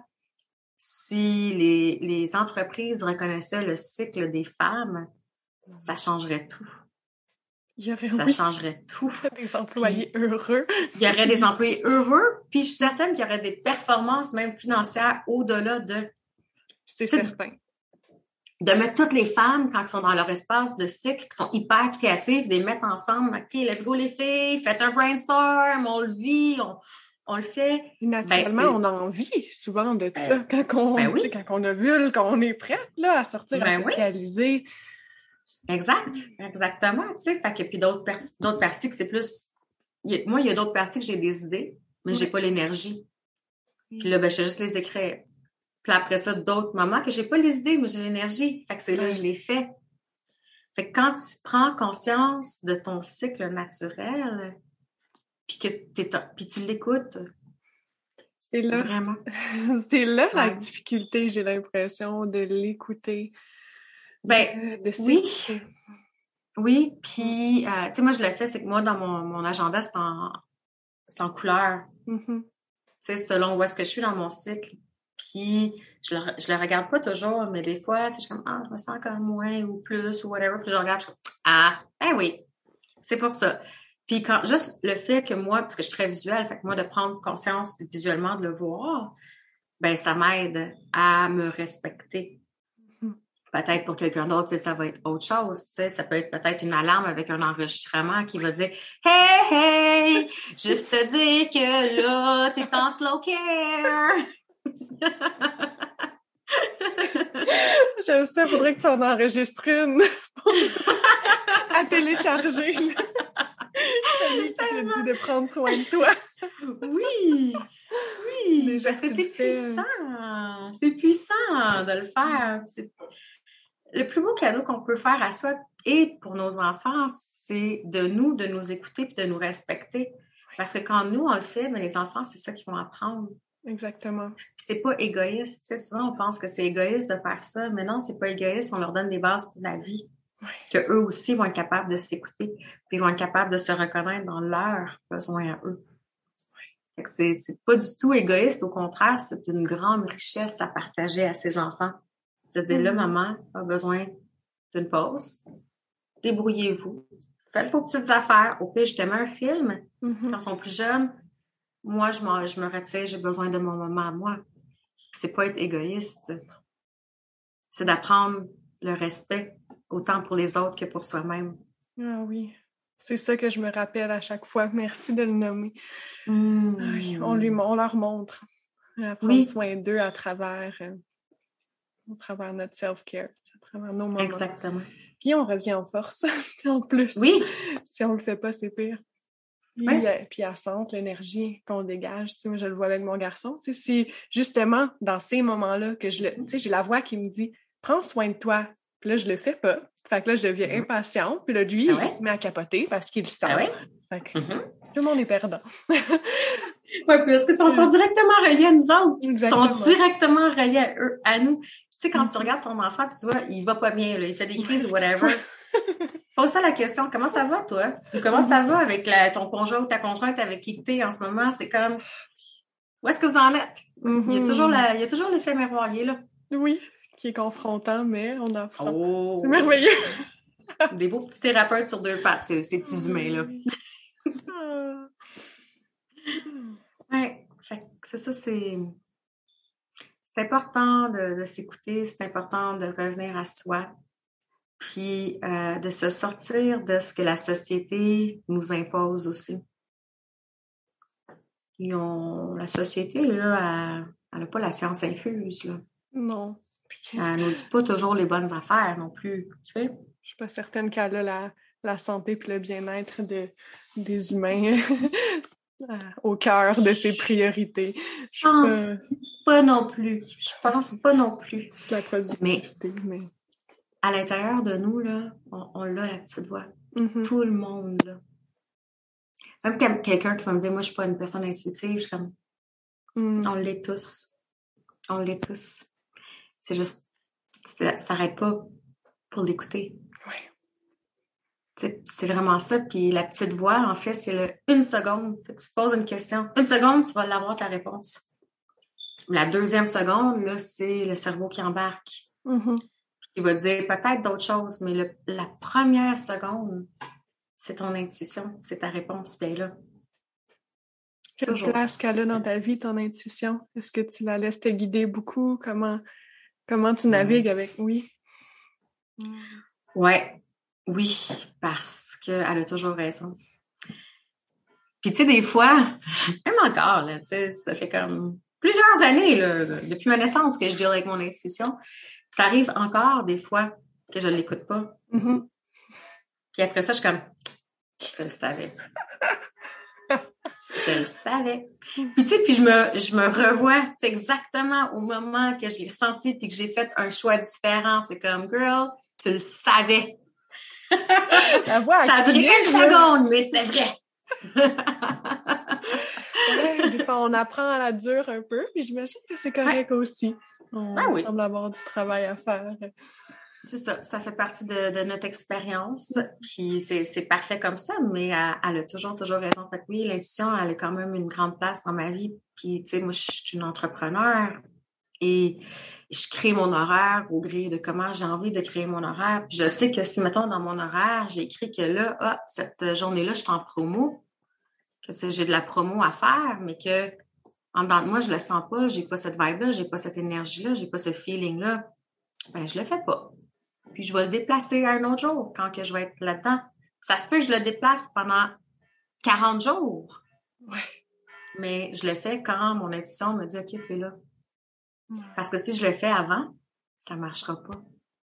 si les, les entreprises reconnaissaient le cycle des femmes, ça changerait tout. Il y aurait, ça oui, changerait tout. Des employés puis, heureux. Il y aurait des employés heureux, puis je suis certaine qu'il y aurait des performances même financières au-delà de... C'est certain. De mettre toutes les femmes, quand elles sont dans leur espace de cycle, qui sont hyper créatives, de les mettre ensemble. OK, let's go les filles, faites un brainstorm, on le vit, on, on le fait. Naturellement, ben, on a envie souvent de ça. Euh, quand, on, ben oui. quand on a vu, quand on est prête là, à sortir, ben à socialiser. Oui. Exact, exactement, tu sais. Fait que puis d'autres, per- d'autres parties que c'est plus... Il y a, moi, il y a d'autres parties que j'ai des idées, mais oui. j'ai pas l'énergie. Puis là, ben, je vais juste les écrire. Puis après ça, d'autres moments que j'ai pas les idées, mais j'ai l'énergie. Fait que c'est là que je les fais. Fait que quand tu prends conscience de ton cycle naturel, puis que t'es, puis tu l'écoutes, c'est là, vraiment. c'est là ouais. la difficulté, j'ai l'impression, de l'écouter. Ben, de, de oui. Oui, puis, euh, tu sais, moi, je le fais, c'est que moi, dans mon, mon agenda, c'est en, c'est en couleur. Mm-hmm. Tu sais, selon où est-ce que je suis dans mon cycle. Puis, je le, je le regarde pas toujours, mais des fois, tu sais, je suis comme, ah, je me sens comme moins ou plus ou whatever. Puis je regarde, je suis comme, ah, ben oui, c'est pour ça. Puis quand, juste le fait que moi, parce que je suis très visuelle, fait que moi, de prendre conscience visuellement, de le voir, ben ça m'aide à me respecter. Mm-hmm. Peut-être pour quelqu'un d'autre, tu sais, ça va être autre chose, tu sais, ça peut être peut-être une alarme avec un enregistrement qui va dire « Hey, hey, juste te dire que là, t'es en slow care! » J'aime ça, il faudrait que tu en enregistres une à télécharger. Celui qui te dit de prendre soin de toi. Oui, oui, déjà, parce que c'est puissant. C'est puissant de le faire. C'est... Le plus beau cadeau qu'on peut faire à soi et pour nos enfants, c'est de nous, de nous écouter et de nous respecter. Parce que quand nous, on le fait, mais les enfants, c'est ça qu'ils vont apprendre. Exactement. Puis c'est pas égoïste. Tu sais, souvent, on pense que c'est égoïste de faire ça, mais non, c'est pas égoïste. On leur donne des bases pour la vie. Oui. Qu'eux aussi vont être capables de s'écouter, puis ils vont être capables de se reconnaître dans leurs besoins à eux. Oui. Fait que c'est, c'est pas du tout égoïste. Au contraire, c'est une grande richesse à partager à ses enfants. C'est-à-dire, mm-hmm. là, maman a besoin d'une pause. Débrouillez-vous. Faites vos petites affaires. Au pire, je te mets un film. Mm-hmm. Quand ils sont plus jeunes, moi, je, m'en, je me retire, j'ai besoin de mon moment à moi. C'est pas être égoïste. C'est d'apprendre le respect autant pour les autres que pour soi-même. Ah oui, c'est ça que je me rappelle à chaque fois. Merci de le nommer. Mmh. On, lui, on leur montre à prendre oui. soin d'eux à travers, euh, à travers notre self-care, à travers nos moments. Exactement. Puis on revient en force, en plus. Oui. Si on le fait pas, c'est pire. Puis, oui. euh, puis elle sent l'énergie qu'on dégage. Tu sais, moi, je le vois avec mon garçon. Tu sais, c'est justement dans ces moments-là que je le... Tu sais, j'ai la voix qui me dit « Prends soin de toi ». Puis là, je le fais pas. Fait que là, je deviens mm-hmm. impatiente. Puis là, lui, ah ouais? il se met à capoter parce qu'il le sent. Ah ouais? Fait que mm-hmm. tout le monde est perdant. Oui, parce que sont, sont directement reliés à nous autres. Exactement. Ils sont directement reliés à, eux, à nous. Tu sais, quand mm-hmm. tu regardes ton enfant, puis tu vois, il va pas bien, là, il fait des crises ou whatever. Pose ça la question, comment ça va, toi? Ou comment ça va avec la, ton conjoint ou ta conjointe avec qui tu es en ce moment? C'est comme, où est-ce que vous en êtes? Mm-hmm. Il y a toujours la, il y a toujours l'effet miroir, il est là. Oui, qui est confrontant, mais on a faim. Oh. C'est merveilleux. Des beaux petits thérapeutes sur deux pattes, ces, ces petits humains-là. Ouais, c'est ça, c'est... C'est important de, de s'écouter, c'est important de revenir à soi. Puis euh, de se sortir de ce que la société nous impose aussi. ils ont, la société, là, elle n'a pas la science infuse, là. Non. Elle nous dit pas toujours les bonnes affaires non plus, tu sais. Je suis pas certaine qu'elle a la, la santé et le bien-être de, des humains au cœur de ses priorités. Je pense pas... pas non plus. Je pense pas non plus. C'est la productivité, mais... mais... À l'intérieur de nous, là, on, on l'a, la petite voix. Mm-hmm. Tout le monde, là. Même quelqu'un qui va me dire, moi, je suis pas une personne intuitive, je suis comme, mm. on l'est tous. On l'est tous. C'est juste, tu t'arrêtes pas pour l'écouter. Oui. C'est, c'est vraiment ça. Puis la petite voix, en fait, c'est le une seconde. Tu te poses une question. Une seconde, tu vas l'avoir ta réponse. La deuxième seconde, là, c'est le cerveau qui embarque. Mm-hmm. Il va dire peut-être d'autres choses, mais le, la première seconde, c'est ton intuition, c'est ta réponse, puis là. Quelle Toujours. place qu'elle a dans ta vie, ton intuition? Est-ce que tu la laisses te guider beaucoup? Comment, comment tu navigues mmh. avec... Oui. Mmh. Ouais, oui, parce qu'elle a toujours raison. Puis tu sais, des fois, même encore, là, tu sais, ça fait comme plusieurs années, là, depuis ma naissance que je deal avec mon intuition. Ça arrive encore des fois que je ne l'écoute pas. Mm-hmm. Puis après ça, je suis comme, je le savais. Je le savais. Puis tu sais, puis je me, je me revois exactement au moment que je l'ai ressenti puis que j'ai fait un choix différent. C'est comme, girl, tu le savais. La voix ça a duré une seconde, mais c'était vrai. Ouais, des fois, on apprend à la dure un peu, puis j'imagine que c'est correct ouais. aussi. On ah oui. semble avoir du travail à faire. C'est ça, ça fait partie de, de notre expérience, puis c'est, c'est parfait comme ça, mais elle, elle a toujours, toujours raison. Fait que oui, l'intuition, elle a quand même une grande place dans ma vie, puis tu sais, moi, je suis une entrepreneur et je crée mon horaire au gré de comment j'ai envie de créer mon horaire. Puis je sais que si, mettons, dans mon horaire, j'ai écrit que là, ah, cette journée-là, je suis en promo, que c'est, j'ai de la promo à faire, mais que en dedans de moi, je le sens pas, j'ai pas cette vibe-là, j'ai pas cette énergie-là, j'ai pas ce feeling-là, ben je le fais pas. Puis je vais le déplacer à un autre jour quand que je vais être là-dedans. Ça se peut que je le déplace pendant quarante jours. Ouais. Mais je le fais quand mon intuition me dit « OK, c'est là. Ouais. » Parce que si je le fais avant, ça marchera pas.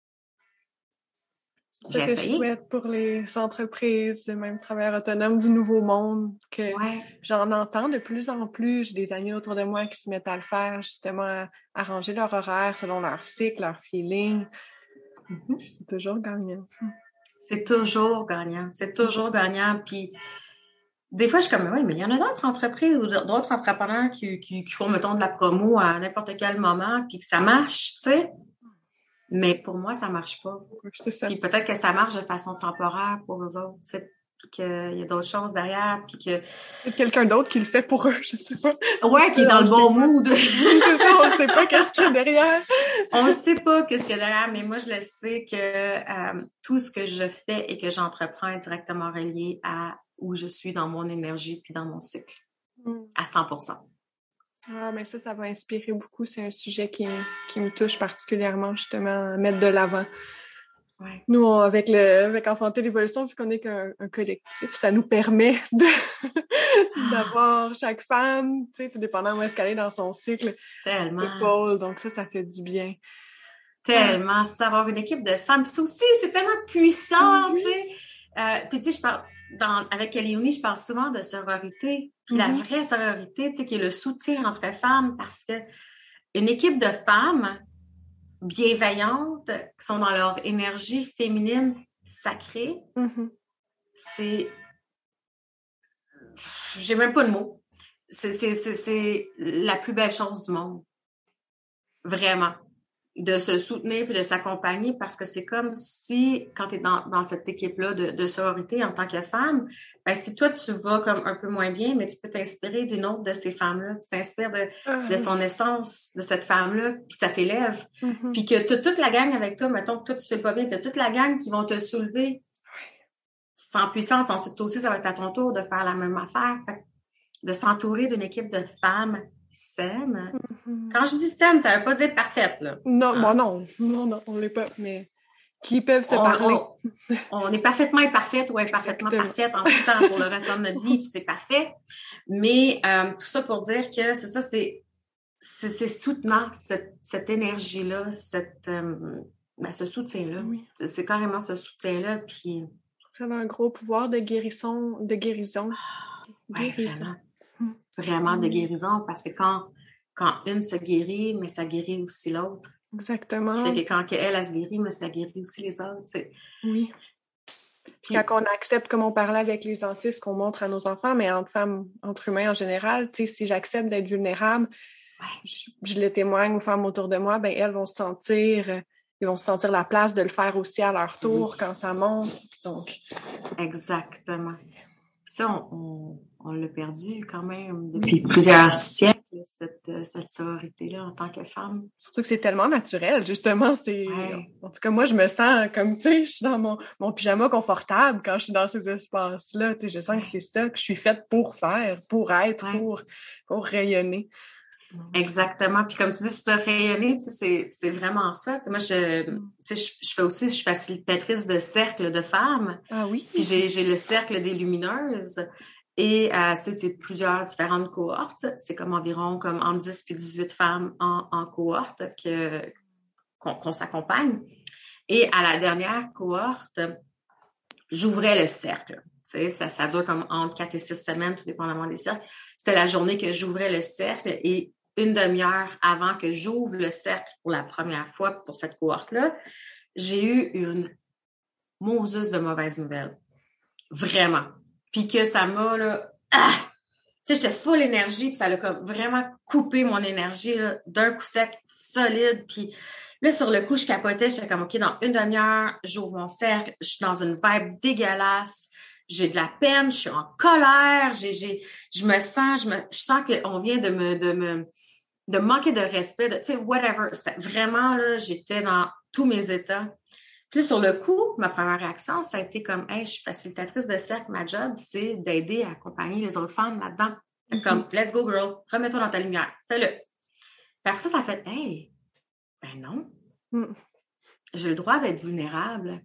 C'est ce que je souhaite pour les entreprises, même travailleurs autonomes du nouveau monde, que ouais. j'en entends de plus en plus. J'ai des amis autour de moi qui se mettent à le faire, justement, à arranger leur horaire selon leur cycle, leur feeling. Mm-hmm. C'est toujours gagnant. C'est toujours gagnant. C'est toujours gagnant. Puis, des fois, je suis comme, oui, mais il y en a d'autres entreprises ou d'autres entrepreneurs qui, qui, qui font, mettons, de la promo à n'importe quel moment, puis que ça marche, tu sais. Mais pour moi, ça marche pas. C'est ça. Puis peut-être que ça marche de façon temporaire pour eux autres, tu sais, puis qu'il y a d'autres choses derrière, puis que... C'est quelqu'un d'autre qui le fait pour eux, je sais pas. Ouais, qui est dans le bon mood. C'est ça, on ne sait pas qu'est-ce qu'il y a derrière. On ne sait pas qu'est-ce qu'il y a derrière, mais moi, je le sais que euh, tout ce que je fais et que j'entreprends est directement relié à où je suis dans mon énergie puis dans mon cycle, mm. à cent pour cent. Ah, mais ça, ça va inspirer beaucoup. C'est un sujet qui, qui me touche particulièrement, justement, à mettre de l'avant. Ouais. Nous, on, avec, le, avec Enfanter l'évolution, vu qu'on est qu'un un collectif, ça nous permet de, d'avoir chaque femme, tu sais, tout dépendant où est-ce qu'elle est dans son cycle. Tellement. C'est Paul, donc ça, ça fait du bien. Tellement. C'est avoir une équipe de femmes. Puis ça aussi, c'est tellement puissant, oui. tu sais. Euh, puis tu sais, je parle... Dans, avec Léonie, je parle souvent de sororité. Puis mm-hmm. la vraie sororité, tu sais, qui est le soutien entre femmes, parce que une équipe de femmes bienveillantes, qui sont dans leur énergie féminine sacrée, mm-hmm. c'est... J'ai même pas de mots. C'est, c'est, c'est, c'est la plus belle chose du monde. Vraiment. De se soutenir puis de s'accompagner, parce que c'est comme si, quand tu es dans, dans cette équipe-là de, de sororité en tant que femme, ben si toi, tu vas comme un peu moins bien, mais tu peux t'inspirer d'une autre de ces femmes-là. Tu t'inspires de, uh-huh. de son essence, de cette femme-là, puis ça t'élève. Uh-huh. Puis que tu as toute la gang avec toi, mettons que toi, tu fais pas bien, tu as toute la gang qui vont te soulever sans puissance. Ensuite, toi aussi, ça va être à ton tour de faire la même affaire. Fait que de s'entourer d'une équipe de femmes saine. Mm-hmm. Quand je dis saine, ça veut pas dire parfaite, là. Non, ah. bon, non, non, non, on l'est pas, mais Qui peuvent se on, parler. On, on est parfaitement imparfaite ou imparfaitement parfaite en tout temps pour le reste de notre vie, puis c'est parfait. Mais euh, tout ça pour dire que c'est ça, c'est, c'est, c'est soutenant, cette, cette énergie-là, cette, euh, ben, ce soutien-là. Oui. C'est, c'est carrément ce soutien-là, puis... Ça a un gros pouvoir de guérison, de guérison. Ouais, guérison. vraiment. Vraiment de guérison, parce que quand, quand une se guérit, mais ça guérit aussi l'autre. Exactement. Ça fait que quand elle, elle se guérit, mais ça guérit aussi les autres, tu sais. Oui. Puis quand on accepte, comme on parlait avec les autistes, qu'on montre à nos enfants, mais entre femmes, entre humains en général, tu sais, si j'accepte d'être vulnérable, ouais. je, je le témoigne aux femmes autour de moi, ben elles vont se sentir, ils vont se sentir la place de le faire aussi à leur tour oui. quand ça monte. Donc. Exactement. Puis ça, on, on, on l'a perdu quand même depuis plusieurs siècles, cette, cette sororité-là en tant que femme. Surtout que c'est tellement naturel, justement. C'est ouais. En tout cas, moi, je me sens comme, tu sais, je suis dans mon, mon pyjama confortable quand je suis dans ces espaces-là. Tu sais, je sens ouais. que c'est ça que je suis faite pour faire, pour être, ouais. pour, pour rayonner. Exactement. Puis comme tu dis, se rayonner, tu sais, c'est, c'est vraiment ça. Tu sais, moi, je, tu sais, je, je fais aussi, je suis facilitatrice de cercles de femmes. Ah oui? Puis j'ai, j'ai le cercle des lumineuses. Et euh, c'est, c'est plusieurs différentes cohortes. C'est comme environ comme entre dix puis dix-huit femmes en, en cohorte que, qu'on, qu'on s'accompagne. Et à la dernière cohorte, j'ouvrais le cercle. Tu sais, ça, ça dure comme entre quatre et six semaines, tout dépendamment des cercles. C'était la journée que j'ouvrais le cercle et une demi-heure avant que j'ouvre le cercle pour la première fois pour cette cohorte-là, j'ai eu une moseuse de mauvaises nouvelles. Vraiment. Puis que ça m'a, là, ah! Tu sais, j'étais full énergie, puis ça a comme vraiment coupé mon énergie, là, d'un coup sec, solide. Puis là, sur le coup, je capotais, j'étais comme, OK, dans une demi-heure, j'ouvre mon cercle, je suis dans une vibe dégueulasse, j'ai de la peine, je suis en colère, j'ai, j'ai, je me sens, je me, je sens qu'on vient de me, de me, de manquer de respect, de, tu sais, whatever. C'était vraiment, là, j'étais dans tous mes états. Puis là, sur le coup, ma première réaction, ça a été comme, hey, je suis facilitatrice de cercle, ma job, c'est d'aider à accompagner les autres femmes là-dedans. Mm-hmm. Comme, let's go, girl, remets-toi dans ta lumière, fais-le. Puis après ça, ça a fait, hey, ben non. Mm. J'ai le droit d'être vulnérable.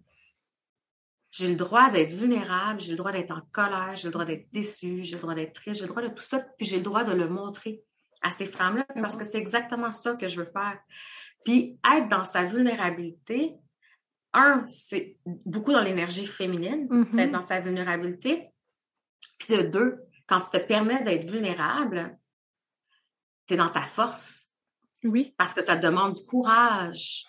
J'ai le droit d'être vulnérable, j'ai le droit d'être en colère, j'ai le droit d'être déçue, j'ai le droit d'être triste, j'ai le droit de tout ça, puis j'ai le droit de le montrer à ces femmes-là, parce que c'est exactement ça que je veux faire. Puis être dans sa vulnérabilité, un, c'est beaucoup dans l'énergie féminine, mm-hmm. d'être dans sa vulnérabilité. Puis de deux, quand tu te permets d'être vulnérable, tu es dans ta force. Oui. Parce que ça te demande du courage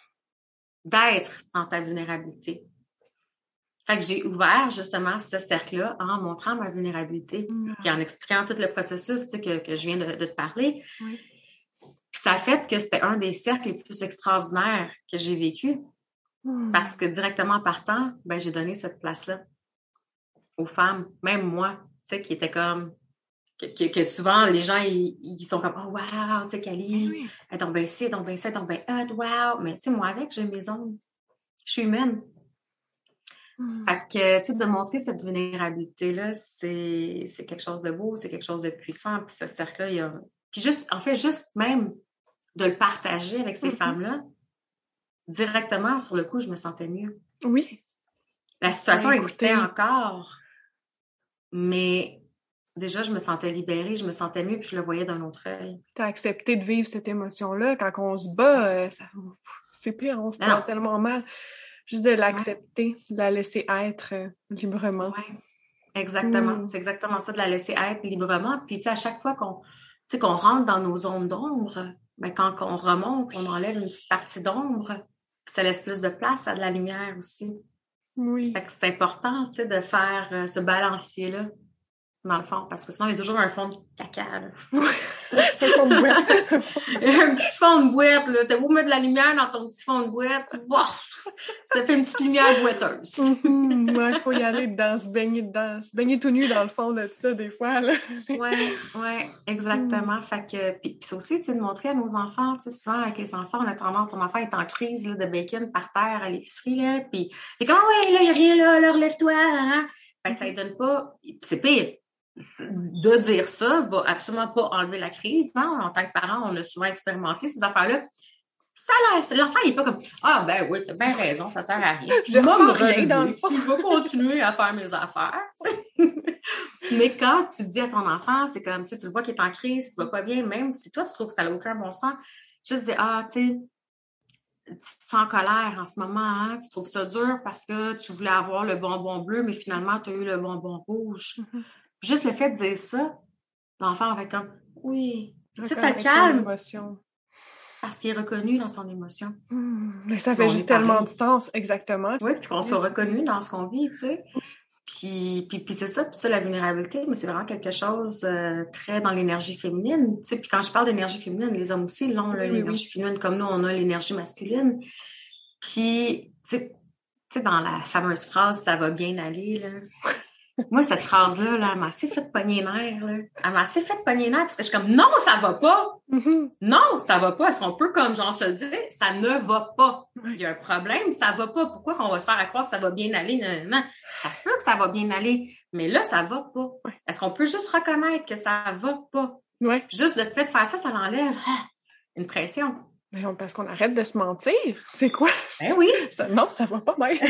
d'être dans ta vulnérabilité. Fait que j'ai ouvert justement ce cercle-là en montrant ma vulnérabilité, mmh. puis en expliquant tout le processus, tu sais, que, que je viens de, de te parler. Oui. Puis ça a fait que c'était un des cercles les plus extraordinaires que j'ai vécu. Mmh. Parce que directement en partant, ben, j'ai donné cette place-là aux femmes, même moi, tu sais, qui était comme... Que, que, que souvent, les gens, ils, ils sont comme « Oh, wow, tu sais, Cali, oui. elle tombe bien ci, elle tombe bien ça, elle tombe bien hot, wow! » Mais tu sais, moi, avec, j'ai mes ongles. Je suis humaine. Mm. Fait que, tu sais, de montrer cette vulnérabilité-là, c'est, c'est quelque chose de beau, c'est quelque chose de puissant. Puis ce cercle-là, il y a... Puis juste, en fait, juste même de le partager avec ces mm-hmm. femmes-là, directement, sur le coup, je me sentais mieux. Oui. La situation existait encore, mais déjà, je me sentais libérée, je me sentais mieux, puis je le voyais d'un autre œil. Tu as accepté de vivre cette émotion-là. Quand on se bat, euh, ça... c'est pire, on se sent tellement mal. Juste de l'accepter, ouais. de la laisser être euh, librement. Oui, exactement. Mm. C'est exactement ça, de la laisser être librement. Puis, tu sais, à chaque fois qu'on, tu sais, qu'on rentre dans nos zones d'ombre, ben, quand on remonte, on enlève une petite partie d'ombre, puis ça laisse plus de place à de la lumière aussi. Oui. Fait que c'est important, tu sais, de faire euh, ce balancier-là, dans le fond, parce que sinon, il y a toujours un fond de caca, là. Un fond de boîte. Un petit fond de boîte, là. T'as beau mettre de la lumière dans ton petit fond de boîte, bof, ça fait une petite lumière boiteuse. Mm-hmm. Ouais, il faut y aller dedans, se baigner dedans, se baigner tout nu dans le fond de ça, des fois, là. Ouais, ouais, exactement. Mm. Fait que, puis, puis c'est aussi, tu sais, de montrer à nos enfants, tu sais, souvent, avec les enfants, on a tendance, mon enfant est en crise, là, de bacon par terre à l'épicerie, là, puis t'es comme, ouais, là, il n'y a rien, là, là, relève-toi, hein. Fait que ça ne donne pas, c'est pire. De dire ça va absolument pas enlever la crise. Non? En tant que parent, on a souvent expérimenté ces affaires-là. Ça, là, l'enfant, il est pas comme « Ah, ben oui, t'as bien raison, ça sert à rien. Je vais ressens me rien relever, dans le fond. je vais continuer à faire mes affaires. » Mais quand tu dis à ton enfant, c'est comme, tu sais, tu le vois qu'il est en crise, qu'il va pas bien, même si toi, tu trouves que ça n'a aucun bon sens, juste dire « Ah, tu sais, tu te sens en colère en ce moment, hein? Tu trouves ça dur parce que tu voulais avoir le bonbon bleu, mais finalement, tu as eu le bonbon rouge. Mm-hmm. » Juste le fait de dire ça, l'enfant va être comme « Oui. » Tu sais, ça le calme. Parce qu'il est reconnu dans son émotion. Mmh, mais ça fait juste tellement de sens, exactement. Oui, puis qu'on soit reconnu dans ce qu'on vit, tu sais. Puis, puis, puis c'est ça, puis ça, la vulnérabilité, mais c'est vraiment quelque chose euh, très dans l'énergie féminine, tu sais. Puis quand je parle d'énergie féminine, les hommes aussi l'ont, là, oui, l'énergie oui. féminine, comme nous, on a l'énergie masculine. Puis, tu sais, tu sais, dans la fameuse phrase « ça va bien aller », là... Moi, cette phrase-là, là, elle m'a assez fait pogner les nerfs, là. Elle m'a assez fait pogner les nerfs parce que je suis comme, non, ça va pas. Mm-hmm. Non, ça va pas. Est-ce qu'on peut, comme genre, se le dire, ça ne va pas. Il y a un problème, ça va pas. Pourquoi qu'on va se faire à croire que ça va bien aller? Non, non, non. Ça se peut que ça va bien aller. Mais là, ça va pas. Est-ce qu'on peut juste reconnaître que ça va pas? Ouais. Juste le fait de faire ça, ça l'enlève ah, une pression. Mais on, parce qu'on arrête de se mentir. C'est quoi? Ben oui. Ça, non, ça va pas bien.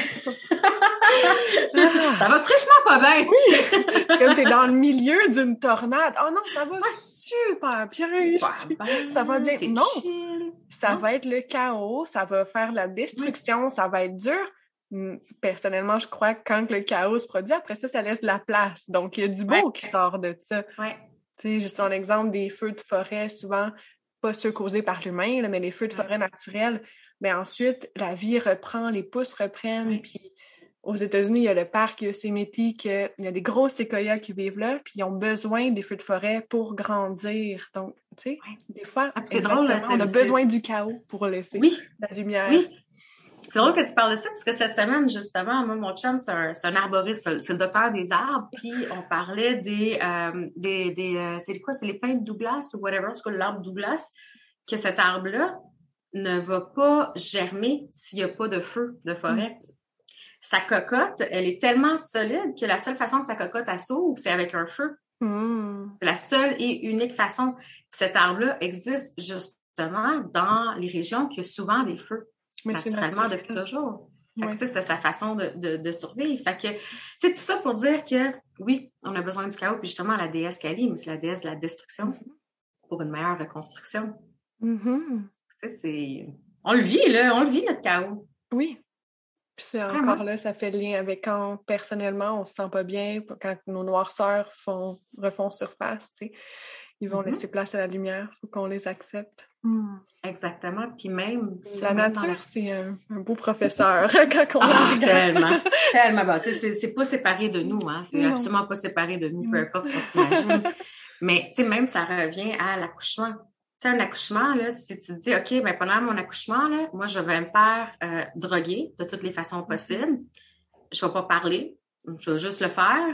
Ça va tristement pas bien. Oui. Comme t'es dans le milieu d'une tornade. Oh non, ça va ouais. super bien. Super ça va bien. Non. Chill. Ça non. va être le chaos. Ça va faire la destruction. Oui. Ça va être dur. Personnellement, je crois que quand le chaos se produit, après ça, ça laisse de la place. Donc, il y a du beau ouais. qui sort de ça. Ouais. Tu sais, juste un exemple des feux de forêt, souvent, pas ceux causés par l'humain, là, mais les feux de forêt naturels. Mais ensuite, la vie reprend, les pousses reprennent. Oui. Puis aux États-Unis, il y a le parc Yosemite, que, il y a des gros séquoias qui vivent là, puis ils ont besoin des feux de forêt pour grandir. Donc, tu sais, oui. des fois, ah, c'est drôle, là, on a besoin du chaos pour laisser oui. la lumière. Oui. C'est drôle que tu parles de ça, parce que cette semaine, justement, moi, mon chum, c'est un, c'est un arboriste, c'est le docteur des arbres, puis on parlait des, euh, des, des euh, c'est quoi, c'est les pins de Douglas ou whatever, en tout cas, l'arbre Douglas, que cet arbre-là ne va pas germer s'il n'y a pas de feu de forêt. Mm. Sa cocotte, elle est tellement solide que la seule façon que sa cocotte elle s'ouvre, c'est avec un feu. Mm. C'est la seule et unique façon. Puis cet arbre-là existe justement dans les régions qui ont souvent des feux. Mais naturellement depuis toujours. Ouais. Fait que, c'est sa façon de, de, de survivre. Fait que c'est tout ça pour dire que oui, on a besoin du chaos, puis justement la déesse Kali, mais c'est la déesse de la destruction mm-hmm. pour une meilleure reconstruction. Mm-hmm. C'est... On le vit, là, on le vit notre chaos. Oui. Puis c'est encore Vraiment? Là, ça fait le lien avec quand personnellement on se sent pas bien, quand nos noirceurs font, refont surface, tu sais. Ils vont mm-hmm. laisser place à la lumière, il faut qu'on les accepte. Mm. Exactement. Puis même... La nature, la... c'est un, un beau professeur quand on ah, tellement, tellement bon. Tu sais, c'est, c'est pas séparé de nous, hein. C'est non. absolument pas séparé de nous, peu importe ce qu'on s'imagine. Mais, tu sais, même, ça revient à l'accouchement. Tu sais, un accouchement, là, si tu te dis, OK, ben pendant mon accouchement, là, moi, je vais me faire euh, droguer de toutes les façons possibles. Je vais pas parler. Je vais juste le faire.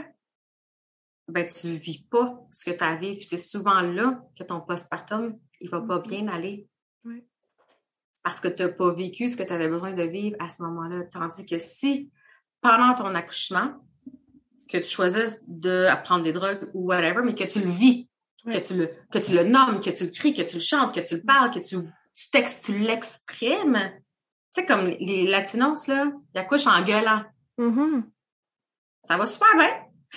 Ben, tu vis pas ce que tu as à vivre. Puis c'est souvent là que ton postpartum, il va pas bien aller. Oui. Parce que tu n'as pas vécu ce que tu avais besoin de vivre à ce moment-là. Tandis que si, pendant ton accouchement, que tu choisisses de prendre des drogues ou whatever, mais que tu le vis, oui. que, tu le, que tu le nommes, que tu le cries, que tu le chantes, que tu le parles, que tu, tu, textes, tu l'exprimes. Tu sais, comme les Latinos, là, ils accouchent en gueulant. Mm-hmm. Ça va super bien.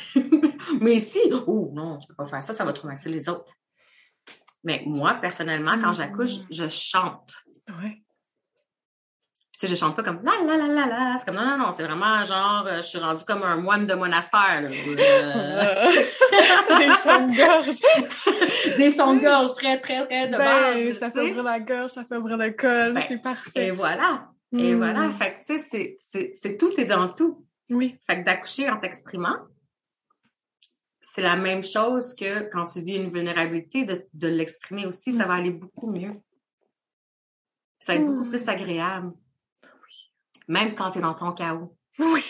Mais ici, oh non, tu peux pas faire ça, ça va traumatiser les autres. Mais moi, personnellement, quand j'accouche, je chante. Ouais. Tu sais, je chante pas comme la la la la la. C'est comme non, non, non, c'est vraiment genre, je suis rendue comme un moine de monastère. Là. Des sons de gorge. Des sons de gorge très, très, très de ben, base. Ça fait ouvrir la gorge, ça fait ouvrir le col, ben, c'est parfait. Et voilà. Et mm. voilà. Fait que, tu sais, c'est, c'est, c'est tout est dans tout. Oui. Fait que d'accoucher en t'exprimant, c'est la même chose que quand tu vis une vulnérabilité, de, de l'exprimer aussi, mmh. ça va aller beaucoup mieux. Ça va être mmh. beaucoup plus agréable. Oui. Même quand tu es dans ton chaos. Oui.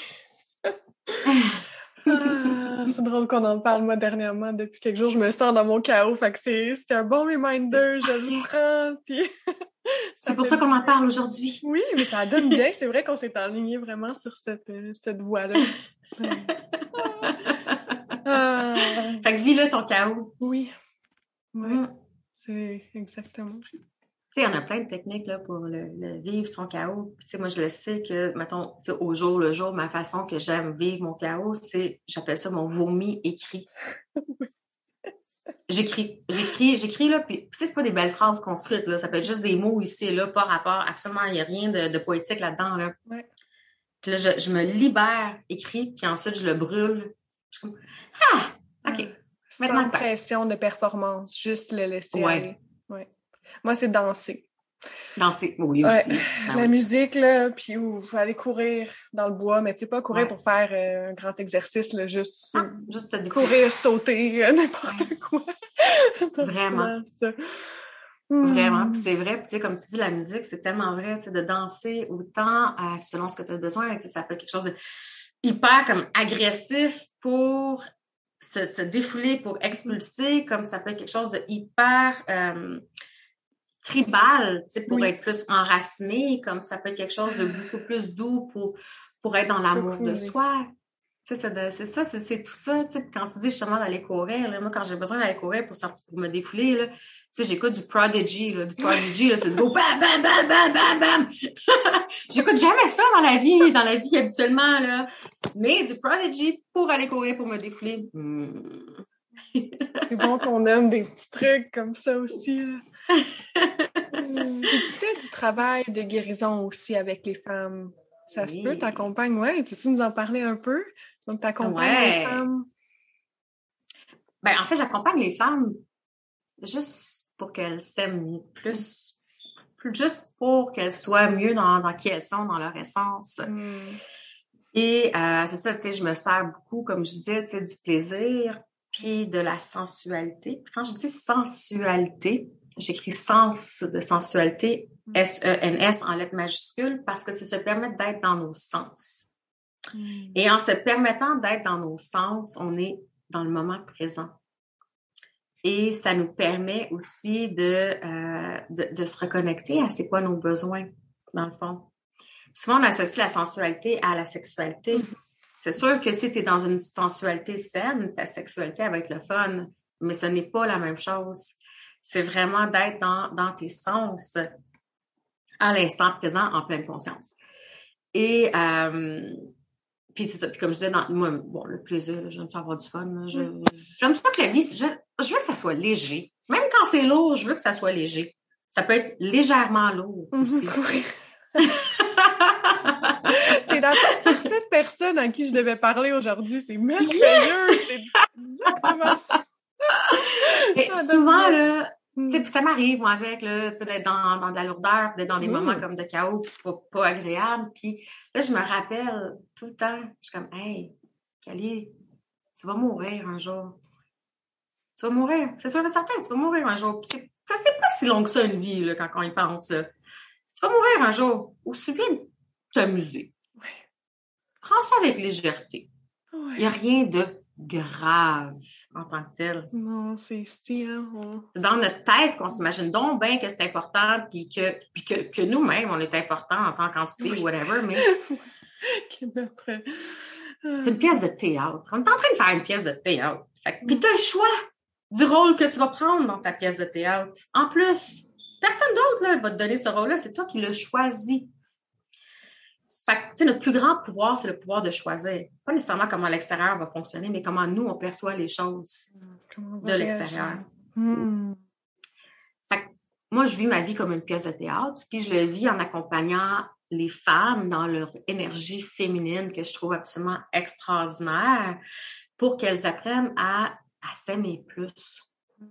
ah, c'est drôle qu'on en parle, moi, dernièrement. Depuis quelques jours, je me sens dans mon chaos. Fait que c'est, c'est un bon reminder. Je le prends. Puis c'est pour ça qu'on en parle aujourd'hui. Oui, mais ça donne bien. C'est vrai qu'on s'est enligné vraiment sur cette, cette voie-là. Ah. Fait que vis-le ton chaos. Oui. Oui. Mm. C'est exactement. Tu sais, il y en a plein de techniques là, pour le, le vivre son chaos. Puis, tu sais, moi, je le sais que, mettons, tu sais, au jour le jour, ma façon que j'aime vivre mon chaos, c'est, j'appelle ça mon vomi écrit. J'écris, j'écris, j'écris, là, puis, puis c'est pas des belles phrases construites, là. Ça peut être juste des mots ici et là, pas rapport, absolument, il n'y a rien de, de poétique là-dedans, là. Ouais. Puis là, je, je me libère, écrit, puis ensuite, je le brûle. Je suis comme, ah! OK. Ouais. Maintenant, Sans pression de performance, juste le laisser ouais. aller. Ouais. Moi, c'est danser. Danser, oui, Ouais. aussi. La Ben oui. musique, là, puis ouf, aller courir dans le bois, mais tu sais, pas courir Ouais. pour faire euh, un grand exercice, là, juste Ah, juste te dé- courir, sauter, euh, n'importe Ouais. quoi. Vraiment. Ça. Vraiment. Hmm. Puis c'est vrai, puis tu sais, comme tu dis, la musique, c'est tellement vrai, tu sais, de danser autant euh, selon ce que tu as besoin. Tu sais, ça peut être quelque chose de hyper comme agressif pour se, se défouler, pour expulser, comme ça peut être quelque chose de hyper euh, tribal, tu sais, pour Oui. être plus enraciné, comme ça peut être quelque chose de beaucoup plus doux pour, pour être dans l'amour de Cocooner. soi. Tu sais, c'est, de- c'est ça, c'est, c'est tout ça. Tu sais, quand tu dis justement d'aller courir, là, moi, quand j'ai besoin d'aller courir pour sortir, pour me défouler, là, tu sais, j'écoute du Prodigy, là, du Prodigy, là, c'est du go bam, bam, bam, bam, bam, bam. J'écoute jamais ça dans la vie, dans la vie habituellement, là. Mais du Prodigy pour aller courir, pour me défouler. Hmm. C'est bon qu'on aime des petits trucs comme ça aussi. Là. Hmm. Puis tu fais du travail de guérison aussi avec les femmes. Ça se Oui. peut, t'accompagnes, ouais. Peux-tu nous en parler un peu? Donc, t'accompagnes Ouais. les femmes. Ben, en fait, j'accompagne les femmes juste pour qu'elles s'aiment plus, plus juste pour qu'elles soient mieux dans, dans qui elles sont, dans leur essence. Hmm. Et euh, c'est ça, tu sais, je me sers beaucoup, comme je disais, tu sais, du plaisir, puis de la sensualité. Puis quand je dis sensualité, j'écris sens de sensualité, S E N S en lettres majuscules, parce que c'est se permettre d'être dans nos sens. Hmm. Et en se permettant d'être dans nos sens, on est dans le moment présent. Et ça nous permet aussi de, euh, de, de se reconnecter à c'est quoi nos besoins, dans le fond. Souvent, on associe la sensualité à la sexualité. Mm-hmm. C'est sûr que si tu es dans une sensualité saine, ta sexualité, elle va être le fun, mais ce n'est pas la même chose. C'est vraiment d'être dans, dans tes sens à l'instant présent, en pleine conscience. Et... Euh, Puis c'est ça. Puis comme je disais, dans, moi, bon, le plaisir, là, j'aime ça avoir du fun. Là, je, Mm. j'aime ça que la vie, je, je veux que ça soit léger. Même quand c'est lourd, je veux que ça soit léger. Ça peut être légèrement lourd aussi. Oui. T'es la parfaite personne à qui je devais parler aujourd'hui. C'est merveilleux. Yes! C'est exactement ça. Et ça souvent, bien. là, tu sais, puis ça m'arrive, moi, avec, là, tu sais, d'être dans, dans de la lourdeur, d'être dans des Mm. moments comme de chaos, pas, pas agréables. Puis là, je me rappelle tout le temps, je suis comme, hey, Cali, tu vas mourir un jour. Tu vas mourir. C'est sûr et certain, tu vas mourir un jour. Puis c'est, ça, c'est pas si long que ça, une vie, là, quand on y pense. Là. Tu vas mourir un jour. Aussi bien de t'amuser. Ouais. Prends ça avec légèreté. Il Ouais. n'y a rien de grave en tant que tel. Non, c'est si, hein. On... C'est dans notre tête qu'on s'imagine donc bien que c'est important, puis que, puis que, que nous-mêmes, on est important en tant qu'entité ou whatever, mais que notre... c'est une pièce de théâtre. On est en train de faire une pièce de théâtre. Fait que, puis tu as le choix du rôle que tu vas prendre dans ta pièce de théâtre. En plus, personne d'autre là, va te donner ce rôle-là, c'est toi qui l'as choisi. Fait que, tu sais, notre plus grand pouvoir, c'est le pouvoir de choisir. Pas nécessairement comment l'extérieur va fonctionner, mais comment nous, on perçoit les choses de l'extérieur. Hmm. Fait que, moi, je vis ma vie comme une pièce de théâtre, puis je le vis en accompagnant les femmes dans leur énergie féminine que je trouve absolument extraordinaire pour qu'elles apprennent à, à s'aimer plus.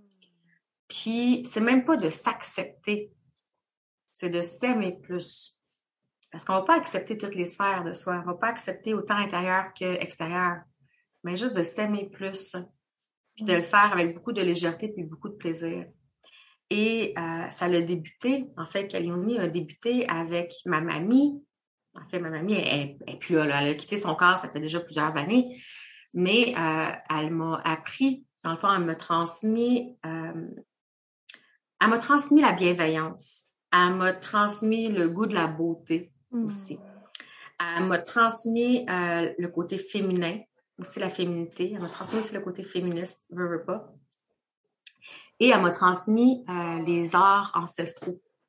Puis, c'est même pas de s'accepter, c'est de s'aimer plus. Parce qu'on va pas accepter toutes les sphères de soi. On va pas accepter autant intérieur qu'extérieur. Mais juste de s'aimer plus. Puis de le faire avec beaucoup de légèreté puis beaucoup de plaisir. Et euh, ça a débuté, en fait, Kalioni a débuté avec ma mamie. En fait, ma mamie, elle, elle, puis là, elle a quitté son corps, ça fait déjà plusieurs années. Mais euh, elle m'a appris, dans le fond, elle m'a transmis, euh, elle m'a transmis la bienveillance. Elle m'a transmis le goût de la beauté aussi. Elle m'a transmis euh, le côté féminin, aussi la féminité. Elle m'a transmis aussi le côté féministe, veux, veux pas. Et elle m'a transmis euh, les arts ancestraux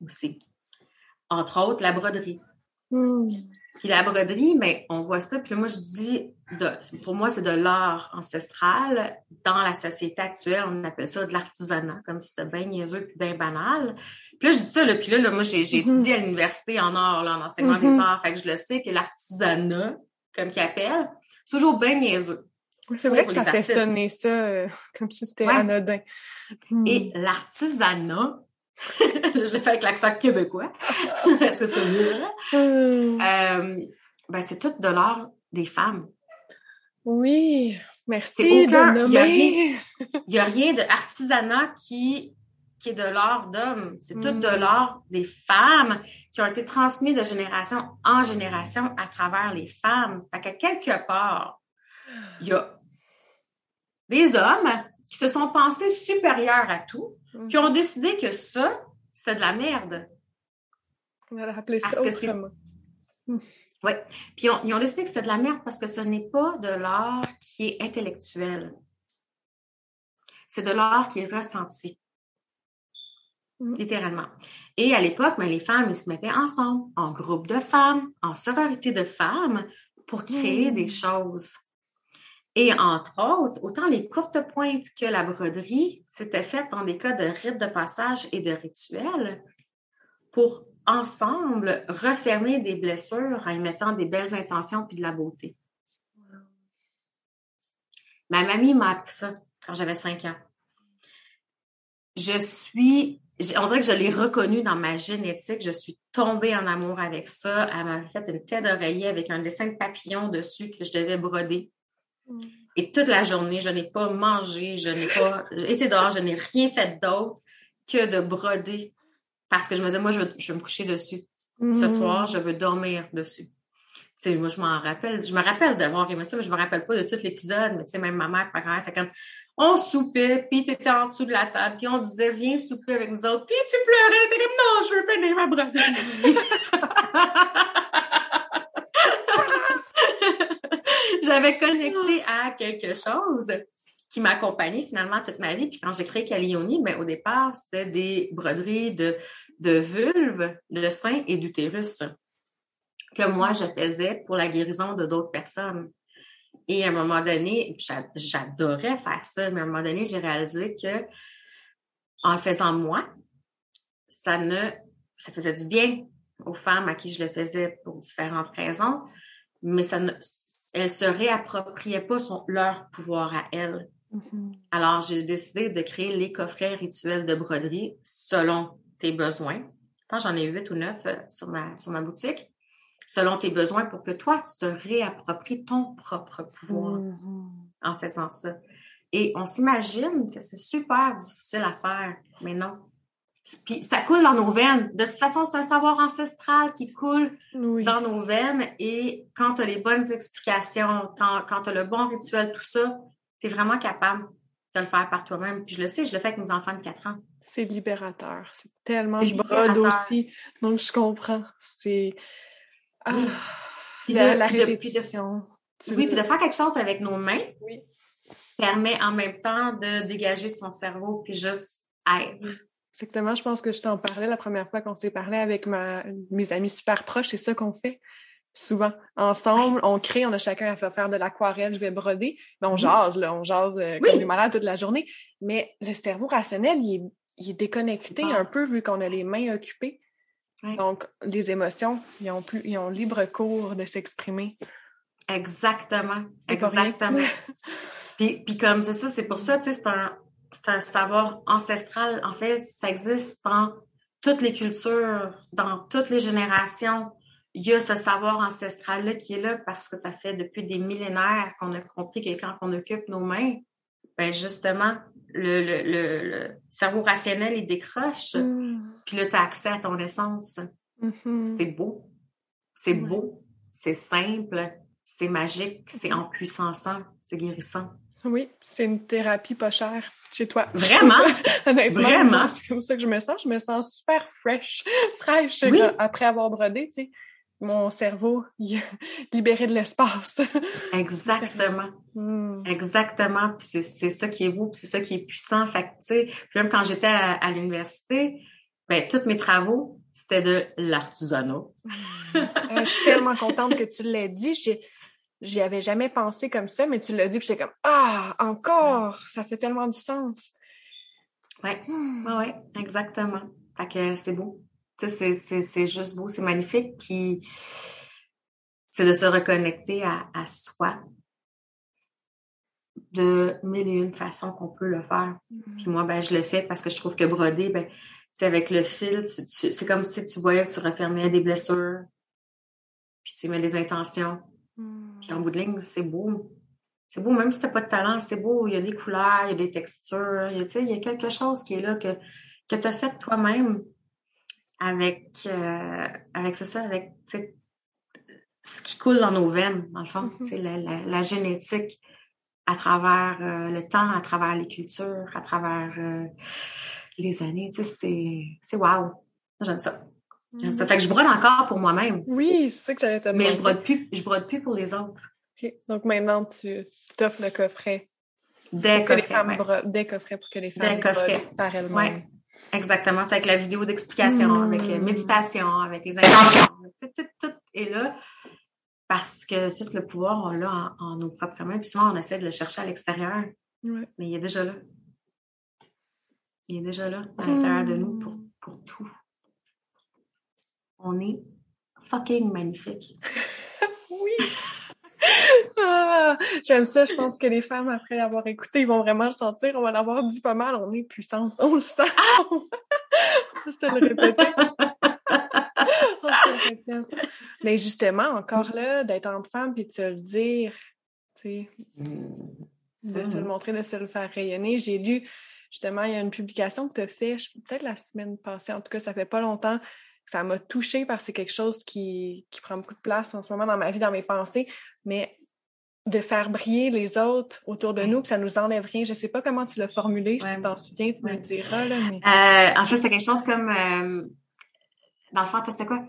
aussi. Entre autres, la broderie. Mm. Puis la broderie, bien, on voit ça, puis là, moi, je dis, de, pour moi, c'est de l'art ancestral. Dans la société actuelle, on appelle ça de l'artisanat, comme si c'était bien niaiseux puis bien banal. Puis là, je dis ça, là, puis là, là moi, j'ai, j'ai Mm-hmm. étudié à l'université en art, là, en enseignement Mm-hmm. des arts, fait que je le sais que l'artisanat, comme qu'ils appellent, c'est toujours bien niaiseux. C'est vrai pour que ça les fait artistes. sonner ça euh, comme si c'était Ouais. anodin. Mm. Et l'artisanat, je le fais avec l'accent québécois, parce que c'est mieux, là. Mm. Euh, ben, c'est tout de l'art des femmes. Oui, merci C'est aucun, de il y a nommer. rien, il y a rien d'artisanat qui, qui est de l'art d'hommes. C'est tout Mm. de l'art des femmes qui ont été transmis de génération en génération à travers les femmes. Fait que quelque part, il y a des hommes qui se sont pensés supérieurs à tout, Mm. qui ont décidé que ça, c'est de la merde. On va appeler ça Parce que c'est- autrement. Oui. Puis on- ils ont décidé que c'était de la merde parce que ce n'est pas de l'art qui est intellectuel. C'est de l'art qui est ressenti. Mm. Littéralement. Et à l'époque, ben, les femmes, ils se mettaient ensemble, en groupe de femmes, en sororité de femmes, pour créer Mm. des choses. Et entre autres, autant les courtes pointes que la broderie, c'était fait dans des cas de rites de passage et de rituels pour ensemble refermer des blessures en y mettant des belles intentions puis de la beauté. Ma mamie m'a appris ça quand j'avais cinq ans. Je suis, on dirait que je l'ai reconnu dans ma génétique. Je suis tombée en amour avec ça. Elle m'a fait une tête d'oreiller avec un dessin de papillon dessus que je devais broder. Mm. Et toute la journée, je n'ai pas mangé, je n'ai pas été dehors, je n'ai rien fait d'autre que de broder. Parce que je me disais, moi, je veux, je veux me coucher dessus. Mm. Ce soir, je veux dormir dessus. Tu sais, moi, je m'en rappelle. Je me rappelle d'avoir aimé ça, mais je me rappelle pas de tout l'épisode. Mais tu sais, même ma mère, ma grand-mère, était comme, on soupait, puis t'étais en dessous de la table, puis on disait, viens souper avec nous autres. Puis tu pleurais, t'étais comme, non, je veux finir ma broderie. J'avais connecté à quelque chose qui m'accompagnait finalement toute ma vie. Puis quand j'ai créé Calioni, ben, au départ, c'était des broderies de, de vulve, de sein et d'utérus que moi, je faisais pour la guérison de d'autres personnes. Et à un moment donné, j'adorais faire ça, mais à un moment donné, j'ai réalisé que en le faisant moi, ça ne, ça faisait du bien aux femmes à qui je le faisais pour différentes raisons, mais ça ne, elles se réappropriaient pas son, leur pouvoir à elles. Mm-hmm. Alors, j'ai décidé de créer les coffrets rituels de broderie selon tes besoins. Je pense que j'en ai huit ou neuf sur ma, sur ma boutique. Selon tes besoins pour que toi, tu te réappropries ton propre pouvoir Mm-hmm. en faisant ça. Et on s'imagine que c'est super difficile à faire, mais non. Puis ça coule dans nos veines. De toute façon, c'est un savoir ancestral qui coule Oui. dans nos veines et quand tu as les bonnes explications, quand tu as le bon rituel, tout ça, tu es vraiment capable de le faire par toi-même. Puis je le sais, je le fais avec mes enfants de quatre ans. C'est libérateur. C'est tellement... C'est je brode libérateur. aussi, donc je comprends. C'est... Ah, Oui. Puis la, de- la puis de- répétition. Tu Oui, le- puis de faire quelque chose avec nos mains Oui. permet en même temps de dégager son cerveau puis juste être. Exactement, je pense que je t'en parlais la première fois qu'on s'est parlé avec ma, mes amis super proches, c'est ça qu'on fait souvent. Ensemble, on crée, on a chacun à faire, faire de l'aquarelle, je vais broder, mais on Oui. jase, là, on jase euh, Oui. comme des malades toute la journée, mais le cerveau rationnel, il est, il est déconnecté Ah. un peu vu qu'on a les mains occupées. Oui. Donc, les émotions, ils ont, plus, ils ont libre cours de s'exprimer. Exactement. C'est pas rien. Exactement. puis, puis comme c'est ça, c'est pour ça, tu sais, c'est un, c'est un savoir ancestral. En fait, ça existe dans toutes les cultures, dans toutes les générations. Il y a ce savoir ancestral-là qui est là parce que ça fait depuis des millénaires qu'on a compris que quand on occupe nos mains, ben justement, le, le, le, le cerveau rationnel, il décroche. Mm. Puis là, tu as accès à ton essence. Mm-hmm. C'est beau. C'est Ouais. beau. C'est simple. C'est magique. C'est empuissançant. C'est guérissant. Oui, c'est une thérapie pas chère chez toi. Vraiment? Honnêtement, Vraiment? moi, c'est comme ça que je me sens. Je me sens super fresh, fraîche Oui. euh, après avoir brodé, tu sais. Mon cerveau, il a libéré de l'espace. Exactement. Mm. Exactement. Puis c'est, c'est ça qui est beau, puis c'est ça qui est puissant. Fait que, tu sais, puis même quand j'étais à, à l'université, ben, tous mes travaux, c'était de l'artisanat. Je suis tellement contente que tu l'aies dit. J'ai, j'y avais jamais pensé comme ça, mais tu l'as dit, puis j'étais comme, ah, encore! Ça fait tellement du sens. Oui, hmm. oui, ouais, exactement. Fait que c'est beau. Tu sais, c'est, c'est, c'est juste beau, c'est magnifique. Puis, c'est de se reconnecter à, à soi de mille et une façons qu'on peut le faire. Mm-hmm. Puis moi, ben, je le fais parce que je trouve que broder, ben, tu sais, avec le fil, tu, tu, c'est comme si tu voyais que tu refermais des blessures, puis tu mets des intentions. Mm-hmm. Puis en bout de ligne, c'est beau. C'est beau, même si t'as pas de talent, c'est beau. Il y a des couleurs, il y a des textures, il y a, tu sais, il y a quelque chose qui est là que, que t'as fait toi-même avec, euh, avec c'est ça, avec, tu sais, ce qui coule dans nos veines, dans le fond, mm-hmm. tu sais, la, la, la génétique à travers euh, le temps, à travers les cultures, à travers euh, les années, tu sais, c'est, c'est wow. J'aime ça. J'aime mm-hmm. ça. Fait que je brode encore pour moi-même. Oui, c'est ça que j'allais te demander. Mais je brode plus, je brode plus pour les autres. Okay. Donc maintenant, tu t'offres le coffret. Des coffrets, ouais. bro- des coffrets pour que les femmes brodent par elles-mêmes. Ouais. Exactement. C'est avec la vidéo d'explication, mmh. avec euh, méditation, avec les intentions. Tu sais, tout est là parce que tout le pouvoir, on l'a en, en nos propres mains. Puis souvent, on essaie de le chercher à l'extérieur. Ouais. Mais il est déjà là. Il est déjà là, à l'intérieur mmh. de nous, pour, pour tout. On est fucking magnifique. Oui! Ah, j'aime ça. Je pense que les femmes, après l'avoir écouté, ils vont vraiment le sentir. On va l'avoir dit pas mal. On est puissante. On le sent. On va se le répéter. On se le répète. Mais justement, encore là, d'être entre femmes puis de se le dire, tu sais, de mm. se le montrer, de se le faire rayonner. J'ai lu, justement, il y a une publication que tu as fait, peut-être la semaine passée, en tout cas, ça fait pas longtemps, ça m'a touchée parce que c'est quelque chose qui, qui prend beaucoup de place en ce moment dans ma vie, dans mes pensées, mais de faire briller les autres autour de nous, que ça nous enlève rien. Je sais pas comment tu l'as formulé, ouais. si tu t'en souviens, tu ouais. me le diras. Là, mais... euh, en fait, c'est quelque chose comme... Euh, dans le fond, c'est quoi?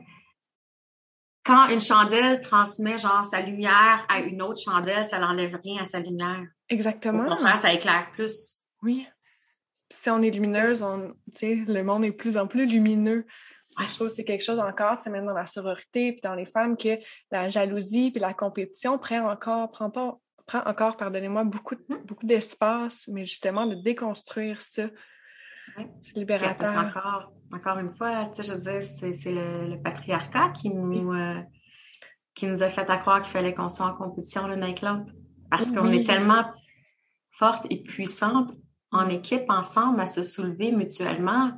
Quand une chandelle transmet genre sa lumière à une autre chandelle, ça n'enlève rien à sa lumière. Exactement. Au contraire, ça éclaire plus. Oui. Si on est lumineuse, on, le monde est de plus en plus lumineux. Ouais. Je trouve que c'est quelque chose encore, tu sais, même dans la sororité puis dans les femmes, que la jalousie puis la compétition prend encore, prend pas, prend encore, pardonnez-moi, beaucoup, mm-hmm. beaucoup d'espace, mais justement de déconstruire ça. Ouais. C'est libérateur. Parce qu'encore, encore une fois, tu sais, je veux dire, c'est, c'est le, le patriarcat qui nous, oui. euh, qui nous a fait à croire qu'il fallait qu'on soit en compétition l'une avec l'autre. Parce oui. qu'on est tellement fortes et puissantes en équipe, ensemble, à se soulever mutuellement.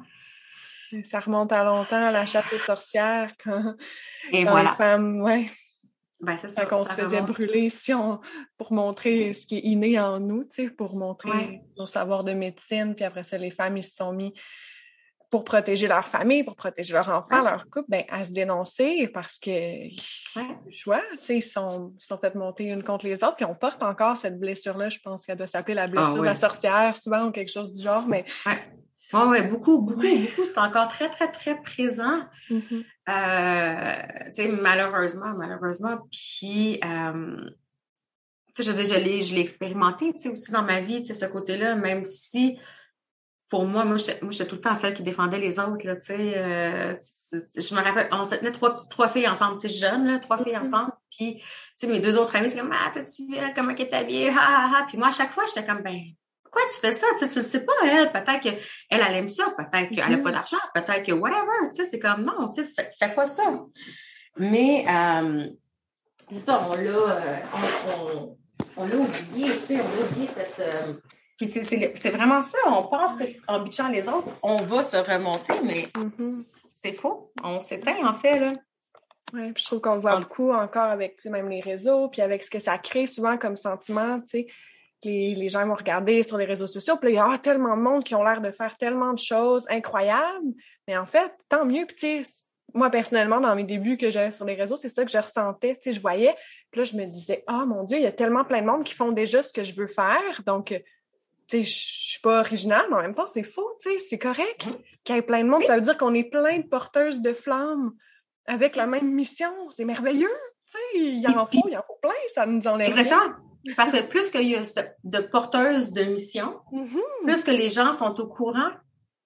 Ça remonte à longtemps, à la chasse aux sorcières, quand, et quand voilà. les femmes, ouais. Ben, c'est ça, quand on ça se faisait remonte. brûler si on, pour montrer ce qui est inné en nous, tu sais, pour montrer ouais. nos savoirs de médecine, puis après ça, les femmes, ils se sont mis pour protéger leur famille, pour protéger leurs enfants, ouais. leur couple, ben, à se dénoncer parce que, ouais. je vois, tu sais, ils sont, ils sont peut-être montés une contre les autres, puis on porte encore cette blessure-là, je pense qu'elle doit s'appeler la blessure ah, ouais. de la sorcière, souvent, ou quelque chose du genre, mais... Ouais. Oui, oui, beaucoup, beaucoup, oui. beaucoup. C'est encore très, très, très présent. Mm-hmm. Euh, tu sais, malheureusement, malheureusement. Puis, euh, tu sais, je veux dire, je l'ai, je l'ai expérimenté, tu sais, aussi dans ma vie, tu sais, ce côté-là, même si, pour moi, moi, j'étais, moi, j'étais tout le temps celle qui défendait les autres, là, tu sais. Euh, je me rappelle, on se tenait trois, trois filles ensemble, tu sais, jeunes, là, trois mm-hmm. filles ensemble. Puis, tu sais, mes deux autres amies, c'est comme, ah, t'as-tu vu, comment qu'elle est habillée, ha, ha, ha. Puis moi, à chaque fois, j'étais comme, ben, pourquoi tu fais ça? Tu sais, tu le sais pas, elle. Peut-être qu'elle, elle aime ça. Peut-être qu'elle n'a pas d'argent. Peut-être que whatever. Tu sais, c'est comme, non, tu sais, fais, fais pas ça. Mais, euh, c'est ça, on l'a, euh, on, on, on l'a oublié, tu sais, on a oublié cette... Euh, puis c'est, c'est, c'est vraiment ça. On pense qu'en bitchant les autres, on va se remonter, mais mm-hmm. c'est faux. On s'éteint, en fait, là. Oui, puis je trouve qu'on le voit on... beaucoup encore avec, tu sais, même les réseaux, puis avec ce que ça crée souvent comme sentiment, tu sais. Les, les gens vont regarder sur les réseaux sociaux, puis là, il y a ah, tellement de monde qui ont l'air de faire tellement de choses incroyables. Mais en fait, tant mieux. Puis tu sais, moi, personnellement, dans mes débuts que j'avais sur les réseaux, c'est ça que je ressentais. Tu sais, je voyais, puis là, je me disais, ah, oh, mon Dieu, il y a tellement plein de monde qui font déjà ce que je veux faire. Donc, tu sais, je suis pas originale, mais en même temps, c'est faux, tu sais, c'est correct qu'il y ait plein de monde. Ça veut dire qu'on est plein de porteuses de flammes avec la même mission. C'est merveilleux. Tu sais, il en faut, il en faut plein. Ça nous enlève. Exactement. Parce que plus qu'il y a de porteuses de mission, mm-hmm. plus que les gens sont au courant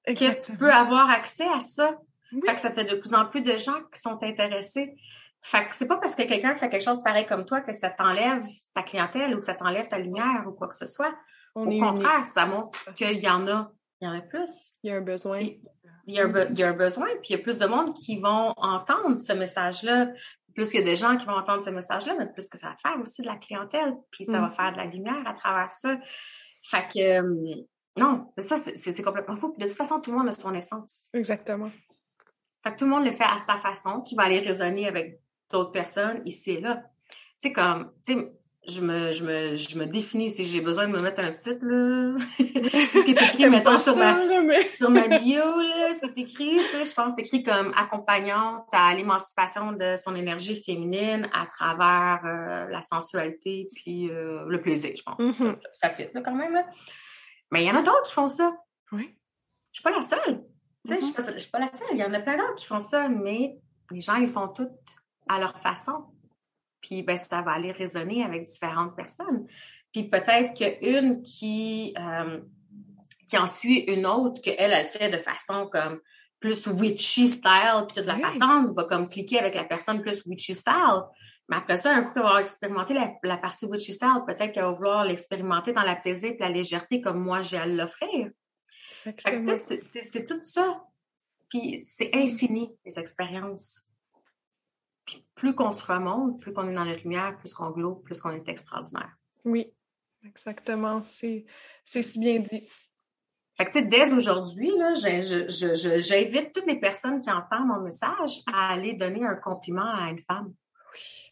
que tu peux avoir accès à ça. Oui. Fait que ça fait de plus en plus de gens qui sont intéressés. Fait que c'est pas parce que quelqu'un fait quelque chose pareil comme toi que ça t'enlève ta clientèle ou que ça t'enlève ta lumière ou quoi que ce soit. On Au est contraire, unique. ça montre qu'il y en a, il y en a plus. Il y a un besoin. Et il y a un, be- il y a un besoin, puis il y a plus de monde qui vont entendre ce message-là. Plus qu'il y a de gens qui vont entendre ce message-là, mais plus que ça va faire aussi de la clientèle, puis ça Mm. va faire de la lumière à travers ça. Fait que, euh, non, ça, c'est, c'est, c'est complètement fou. Puis de toute façon, tout le monde a son essence. Exactement. Fait que tout le monde le fait à sa façon, qui va aller résonner avec d'autres personnes ici et là. Tu sais, comme, tu sais, je me, je me, je me définis si j'ai besoin de me mettre un titre, là. C'est ce qui est écrit, J'aime mettons, pas sur ça, ma, là, mais... sur ma bio, là, c'est écrit, tu sais, je pense que c'est écrit comme accompagnante à l'émancipation de son énergie féminine à travers euh, la sensualité puis euh, le plaisir, je pense. Mm-hmm. Ça, ça fit, là, quand même, là. Mais il y en a d'autres qui font ça. Oui. Je suis pas la seule. Tu sais, Mm-hmm. je suis pas, je suis pas la seule. Il y en a plein d'autres qui font ça, mais les gens, ils font tout à leur façon. Puis, ben, ça va aller résonner avec différentes personnes. Puis, peut-être qu'une qui, euh, qui en suit une autre, qu'elle, elle fait de façon comme plus witchy style, puis toute la Oui. patente va comme cliquer avec la personne plus witchy style. Mais après ça, un coup qu'elle va avoir expérimenté la, la partie witchy style, peut-être qu'elle va vouloir l'expérimenter dans la plaisir et la légèreté comme moi, j'ai à l'offrir. Fait que, tu sais, c'est, c'est, c'est tout ça. Puis, c'est infini, les expériences. Puis plus qu'on se remonte, plus qu'on est dans la lumière, plus qu'on glow, plus qu'on est extraordinaire. Oui, exactement. C'est, c'est si bien dit. Fait que, tu sais, dès aujourd'hui, là, je, je, je, je, j'invite toutes les personnes qui entendent mon message à aller donner un compliment à une femme. Oui.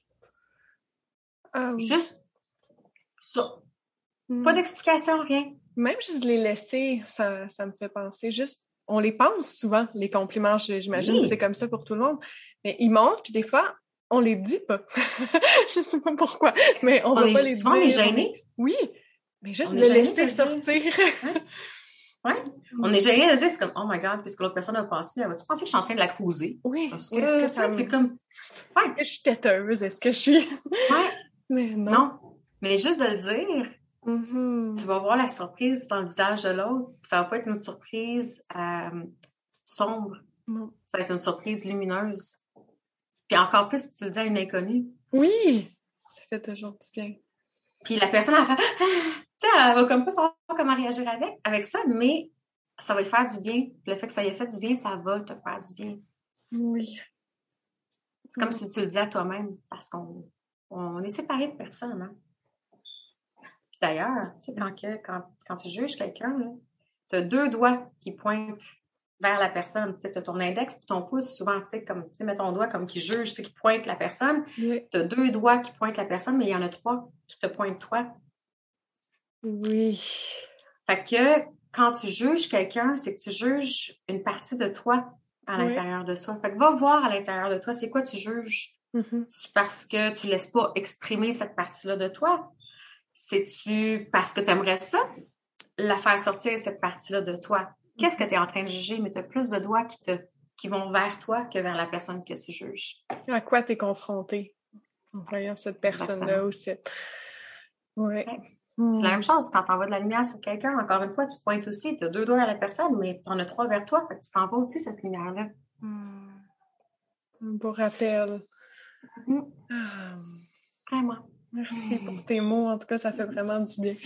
Um, Juste ça. mm. Pas d'explication, rien. Même juste les laisser, ça, ça me fait penser. Juste, on les pense souvent, les compliments. J'imagine Oui. que c'est comme ça pour tout le monde. Mais ils montent, puis des fois, on les dit pas. Je sais pas pourquoi, mais on, On va est, pas les souvent, dire. on est gênés. Oui, mais juste On le est gênés laisser de le sortir. Ouais. On est gêné de dire, c'est comme, oh my God, qu'est-ce que l'autre personne a passé? Elle va-tu penser que je suis en train de la cruiser? Oui, Parce ou est-ce que ça ça, me... c'est comme, ouais. Est-ce que je suis têteuse? Est-ce que je suis... ouais. Mais non. Non. Mais juste de le dire, Mm-hmm. tu vas voir la surprise dans le visage de l'autre. Ça va pas être une surprise euh, sombre. Non. Ça va être une surprise lumineuse. Puis encore plus si tu le dis à une inconnue. Oui! Ça fait toujours du bien. Puis la personne, elle fait... Tu sais, elle va comme pas savoir comment réagir avec, avec ça, mais ça va lui faire du bien. Le fait que ça lui ait fait du bien, ça va te faire du bien. Oui. C'est comme si tu le dis à toi-même, parce qu'on on est séparés de personnes. Hein? Puis d'ailleurs, tu sais, quand, que, quand, quand tu juges quelqu'un, tu as deux doigts qui pointent vers la personne. Tu as ton index et ton pouce, souvent, tu sais, comme, tu sais, mets ton doigt comme qui juge, tu sais, qui pointe la personne. Oui. Tu as deux doigts qui pointent la personne, mais il y en a trois qui te pointent toi. Oui. Fait que quand tu juges quelqu'un, c'est que tu juges une partie de toi à Oui. l'intérieur de soi. Fait que va voir à l'intérieur de toi, c'est quoi tu juges? Mm-hmm. C'est parce que tu laisses pas exprimer cette partie-là de toi? C'est-tu parce que tu aimerais ça, la faire sortir, cette partie-là de toi? Qu'est-ce que tu es en train de juger? Mais tu as plus de doigts qui, te, qui vont vers toi que vers la personne que tu juges. À quoi tu es confronté en voyant cette personne-là ou cette... Oui. Ouais. C'est la même chose quand tu envoies de la lumière sur quelqu'un. Encore une fois, tu pointes aussi. Tu as deux doigts à la personne, mais tu en as trois vers toi. Fait que tu t'envoies aussi cette lumière-là. Mm. Un beau rappel. Mm. Ah, Vraiment. merci mm. pour tes mots. En tout cas, ça fait vraiment du bien.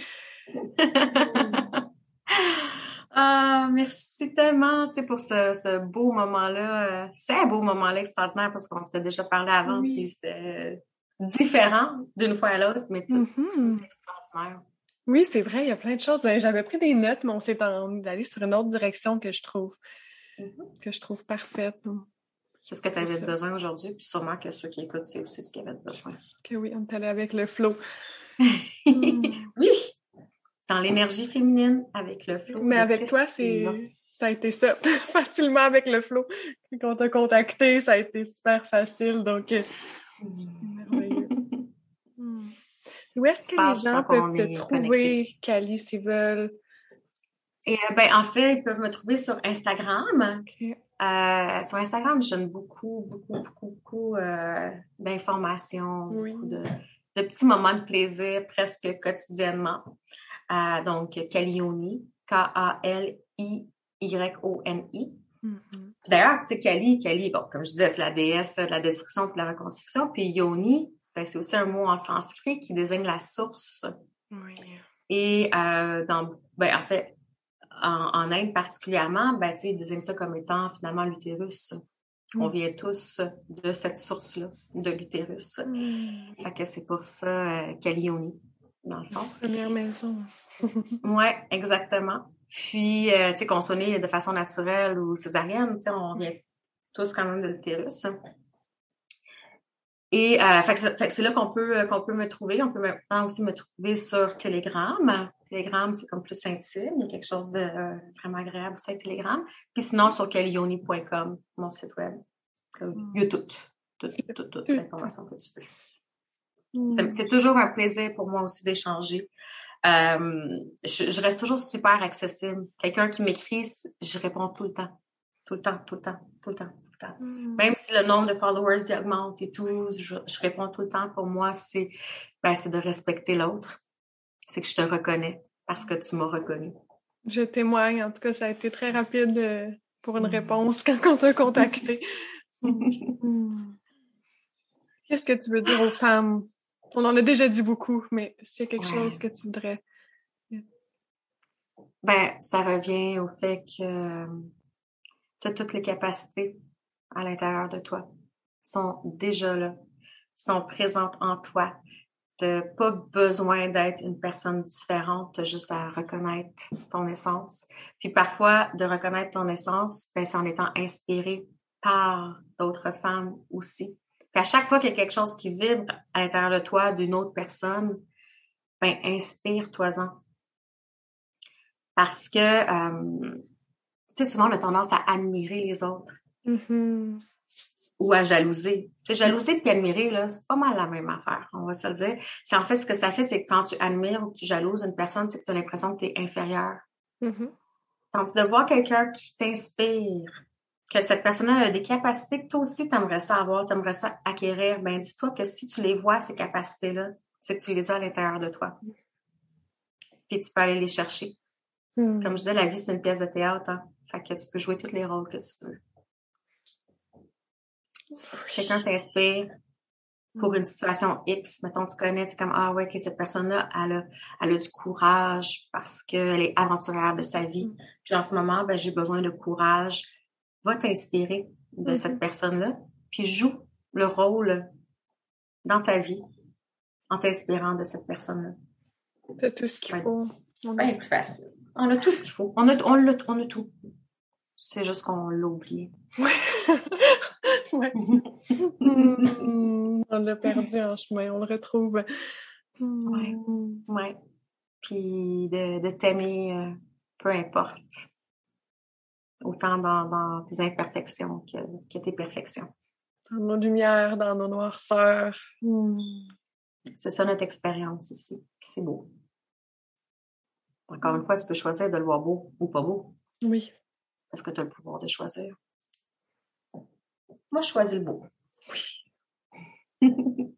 Ah, merci tellement, tu sais, pour ce, ce beau moment-là. C'est un beau moment-là extraordinaire parce qu'on s'était déjà parlé avant, oui. puis c'était différent d'une fois à l'autre, mais mm-hmm. c'est extraordinaire. Oui, c'est vrai, il y a plein de choses. J'avais pris des notes, mais on s'est en... allé sur une autre direction que je trouve mm-hmm. que je trouve parfaite. C'est ce que tu avais besoin aujourd'hui, puis sûrement que ceux qui écoutent, c'est aussi ce qu'ils avaient besoin. Que oui, on est allé avec le flow. mm. Oui! Dans l'énergie féminine, avec le flow. Mais avec toi, c'est... ça a été ça, facilement avec le flow. Quand on t'a contacté, ça a été super facile, donc euh... mm. merveilleux. mm. Où est-ce que les gens peuvent te trouver, Cali, s'ils veulent? Et, ben, en fait, ils peuvent me trouver sur Instagram. Okay. Euh, sur Instagram, je donne beaucoup, beaucoup, beaucoup, beaucoup euh, d'informations, oui. beaucoup de, de petits moments de plaisir presque quotidiennement. Euh, donc, Kalioni, K A L I Y O N I. Mm-hmm. D'ailleurs, tu sais, Kali, Kali, bon, comme je disais, c'est la déesse de la destruction et de la reconstruction. Puis Yoni, ben, c'est aussi un mot en sanskrit qui désigne la source. Oui. Et euh, dans, ben, en fait, en, en Inde particulièrement, ben, tu sais, ils désignent ça comme étant finalement l'utérus. Mm. On vient tous de cette source-là, de l'utérus. Mm. Fait que c'est pour ça euh, Kali Yoni, dans le fond. Première maison. Oui, exactement. Puis, euh, tu sais, qu'on soit né de façon naturelle ou césarienne, tu sais, on vient tous quand même de l'utérus. Et euh, fait que c'est, fait que c'est là qu'on peut, qu'on peut me trouver. On peut maintenant aussi me trouver sur Telegram. Telegram, c'est comme plus intime. Il y a quelque chose de euh, vraiment agréable aussi avec Telegram. Puis sinon, sur kalioni point com, mon site web. Il y a tout. Tout, tout, tout, toute l'information que tu peux. Mm. C'est, c'est toujours un plaisir pour moi aussi d'échanger. Euh, je, je reste toujours super accessible. Quelqu'un qui m'écrit, je réponds tout le temps. Tout le temps, tout le temps, tout le temps, tout le temps. Mm. Même si le nombre de followers y augmente et tout, je, je réponds tout le temps. Pour moi, c'est, ben, c'est de respecter l'autre. C'est que je te reconnais parce que tu m'as reconnu. Je témoigne. En tout cas, ça a été très rapide pour une mm. réponse quand on t'a contacté. mm. Qu'est-ce que tu veux dire aux femmes? On en a déjà dit beaucoup, mais s'il y a quelque ouais. chose que tu voudrais... Ben, ça revient au fait que tu as toutes les capacités à l'intérieur de toi. Sont déjà là, sont présentes en toi. Tu n'as pas besoin d'être une personne différente, tu as juste à reconnaître ton essence. Puis parfois, de reconnaître ton essence, ben, c'est en étant inspiré par d'autres femmes aussi. Puis à chaque fois qu'il y a quelque chose qui vibre à l'intérieur de toi, d'une autre personne, ben inspire-toi-en. Parce que, euh, tu sais, souvent on a tendance à admirer les autres. Mm-hmm. Ou à jalouser. Tu sais, jalouser puis admirer, là, c'est pas mal la même affaire, on va se le dire. C'est en fait, ce que ça fait, c'est que quand tu admires ou que tu jalouses une personne, c'est que tu as l'impression que tu es inférieur. Mm-hmm. Tandis de voir quelqu'un qui t'inspire, que cette personne-là a des capacités que toi aussi, tu aimerais ça avoir, tu aimerais ça acquérir, ben dis-toi que si tu les vois, ces capacités-là, c'est que tu les as à l'intérieur de toi. Puis tu peux aller les chercher. Mm. Comme je disais, la vie, c'est une pièce de théâtre. Hein? Fait que tu peux jouer tous les rôles que tu veux. Si quelqu'un t'inspire pour une situation X, mettons, tu connais, tu es comme, ah ouais, okay, cette personne-là, elle a, elle a du courage parce qu'elle est aventurière de sa vie. Mm. Puis en ce moment, ben, j'ai besoin de courage. Va t'inspirer de mm-hmm. cette personne-là, puis joue le rôle dans ta vie en t'inspirant de cette personne-là. T'as tout ce qu'il ouais. faut. C'est bien plus facile. On a tout ce qu'il faut. On a, on l'a, on a tout. C'est juste qu'on l'a oublié. Ouais. ouais. mmh, on l'a perdu en chemin. On le retrouve. Mmh. Ouais. Ouais. Puis de, de t'aimer, euh, peu importe. Autant dans, dans tes imperfections que, que tes perfections. Dans nos lumières, dans nos noirceurs. Mmh. C'est ça notre expérience ici. C'est beau. Encore une fois, tu peux choisir de le voir beau ou pas beau. Oui. Parce que tu as le pouvoir de choisir. Moi, je choisis le beau. Oui.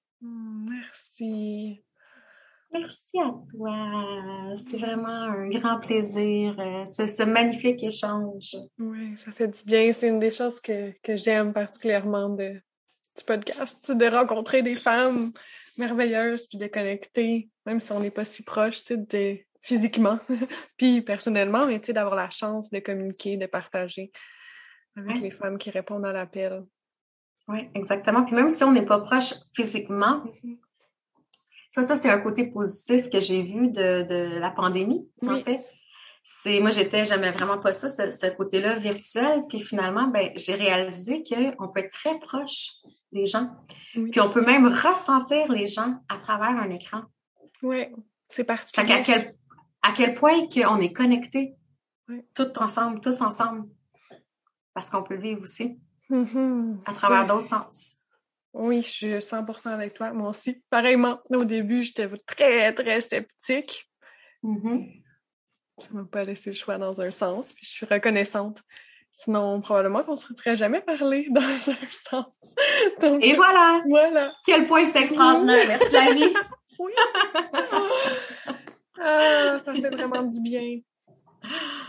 Merci. Merci à toi. C'est vraiment un grand plaisir, ce, ce magnifique échange. Oui, ça fait du bien. C'est une des choses que, que j'aime particulièrement de, du podcast, de rencontrer des femmes merveilleuses puis de connecter, même si on n'est pas si proches, tu sais, de physiquement, puis personnellement, mais tu sais, d'avoir la chance de communiquer, de partager avec ouais. les femmes qui répondent à l'appel. Oui, exactement. Puis même si on n'est pas proche physiquement, mm-hmm. ça, ça, c'est un côté positif que j'ai vu de, de la pandémie, oui. en fait. C'est, moi, j'étais, j'aimais vraiment pas ça, ce, ce côté-là virtuel. Puis finalement, ben, j'ai réalisé qu'on peut être très proche des gens. Oui. Puis on peut même ressentir les gens à travers un écran. Oui, c'est particulier. À quel, à quel point qu'on est connectés, oui. tous ensemble, tous ensemble. Parce qu'on peut le vivre aussi, mm-hmm. à travers oui. d'autres sens. Oui, je suis cent pour cent avec toi. Moi aussi. Pareillement, au début, j'étais très, très sceptique. Mm-hmm. Ça m'a pas laissé le choix dans un sens. Puis je suis reconnaissante. Sinon, probablement qu'on ne se serait jamais parlé dans un sens. Donc, et voilà! Voilà! Quel point que c'est extraordinaire! Merci la vie! Oui! Ah, ça fait vraiment du bien.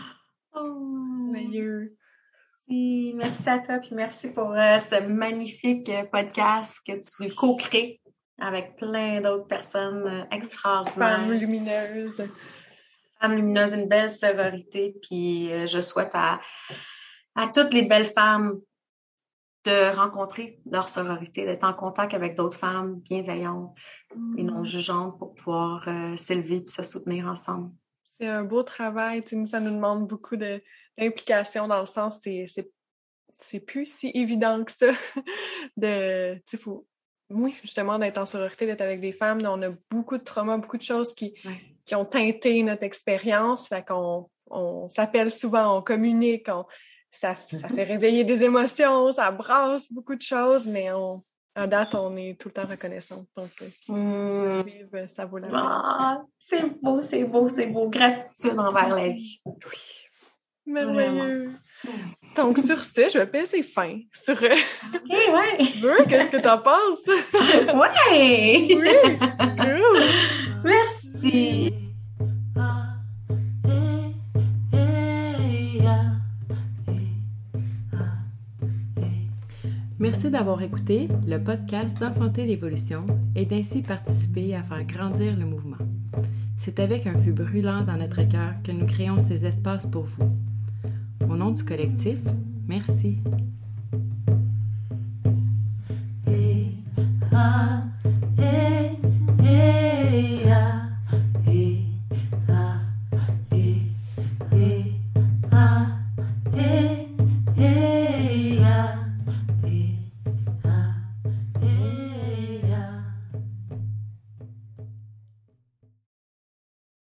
Oh. Merveilleux. Merci, merci à toi, puis merci pour euh, ce magnifique euh, podcast que tu co-crées avec plein d'autres personnes euh, extraordinaires. Femmes lumineuses. Femmes lumineuses, une belle sororité, puis euh, je souhaite à, à toutes les belles femmes de rencontrer leur sororité, d'être en contact avec d'autres femmes bienveillantes mmh. et non jugeantes pour pouvoir euh, s'élever et se soutenir ensemble. C'est un beau travail. Tu sais, ça nous demande beaucoup de, d'implication dans le sens, c'est, c'est, c'est plus si évident que ça. de, tu sais, faut, oui, justement, d'être en sororité, d'être avec des femmes. On a beaucoup de traumas, beaucoup de choses qui, ouais. qui ont teinté notre expérience. Fait qu'on on s'appelle souvent, on communique, on, ça, ça fait réveiller des émotions, ça brasse beaucoup de choses, mais on, à date, on est tout le temps reconnaissante. Donc, mmh. vivre, ça vaut la peine. Ah, c'est beau, c'est beau, c'est beau. Gratitude envers la vie. Oui. Merveilleux. Vraiment. Donc, sur ce, je vais passer fin sur... OK, ouais. Tu veux? Qu'est-ce que t'en penses? Ouais! Oui! Cool! Merci! Merci d'avoir écouté le podcast d'Enfanter l'évolution et d'ainsi participer à faire grandir le mouvement. C'est avec un feu brûlant dans notre cœur que nous créons ces espaces pour vous. Au nom du collectif, merci. Et, ah.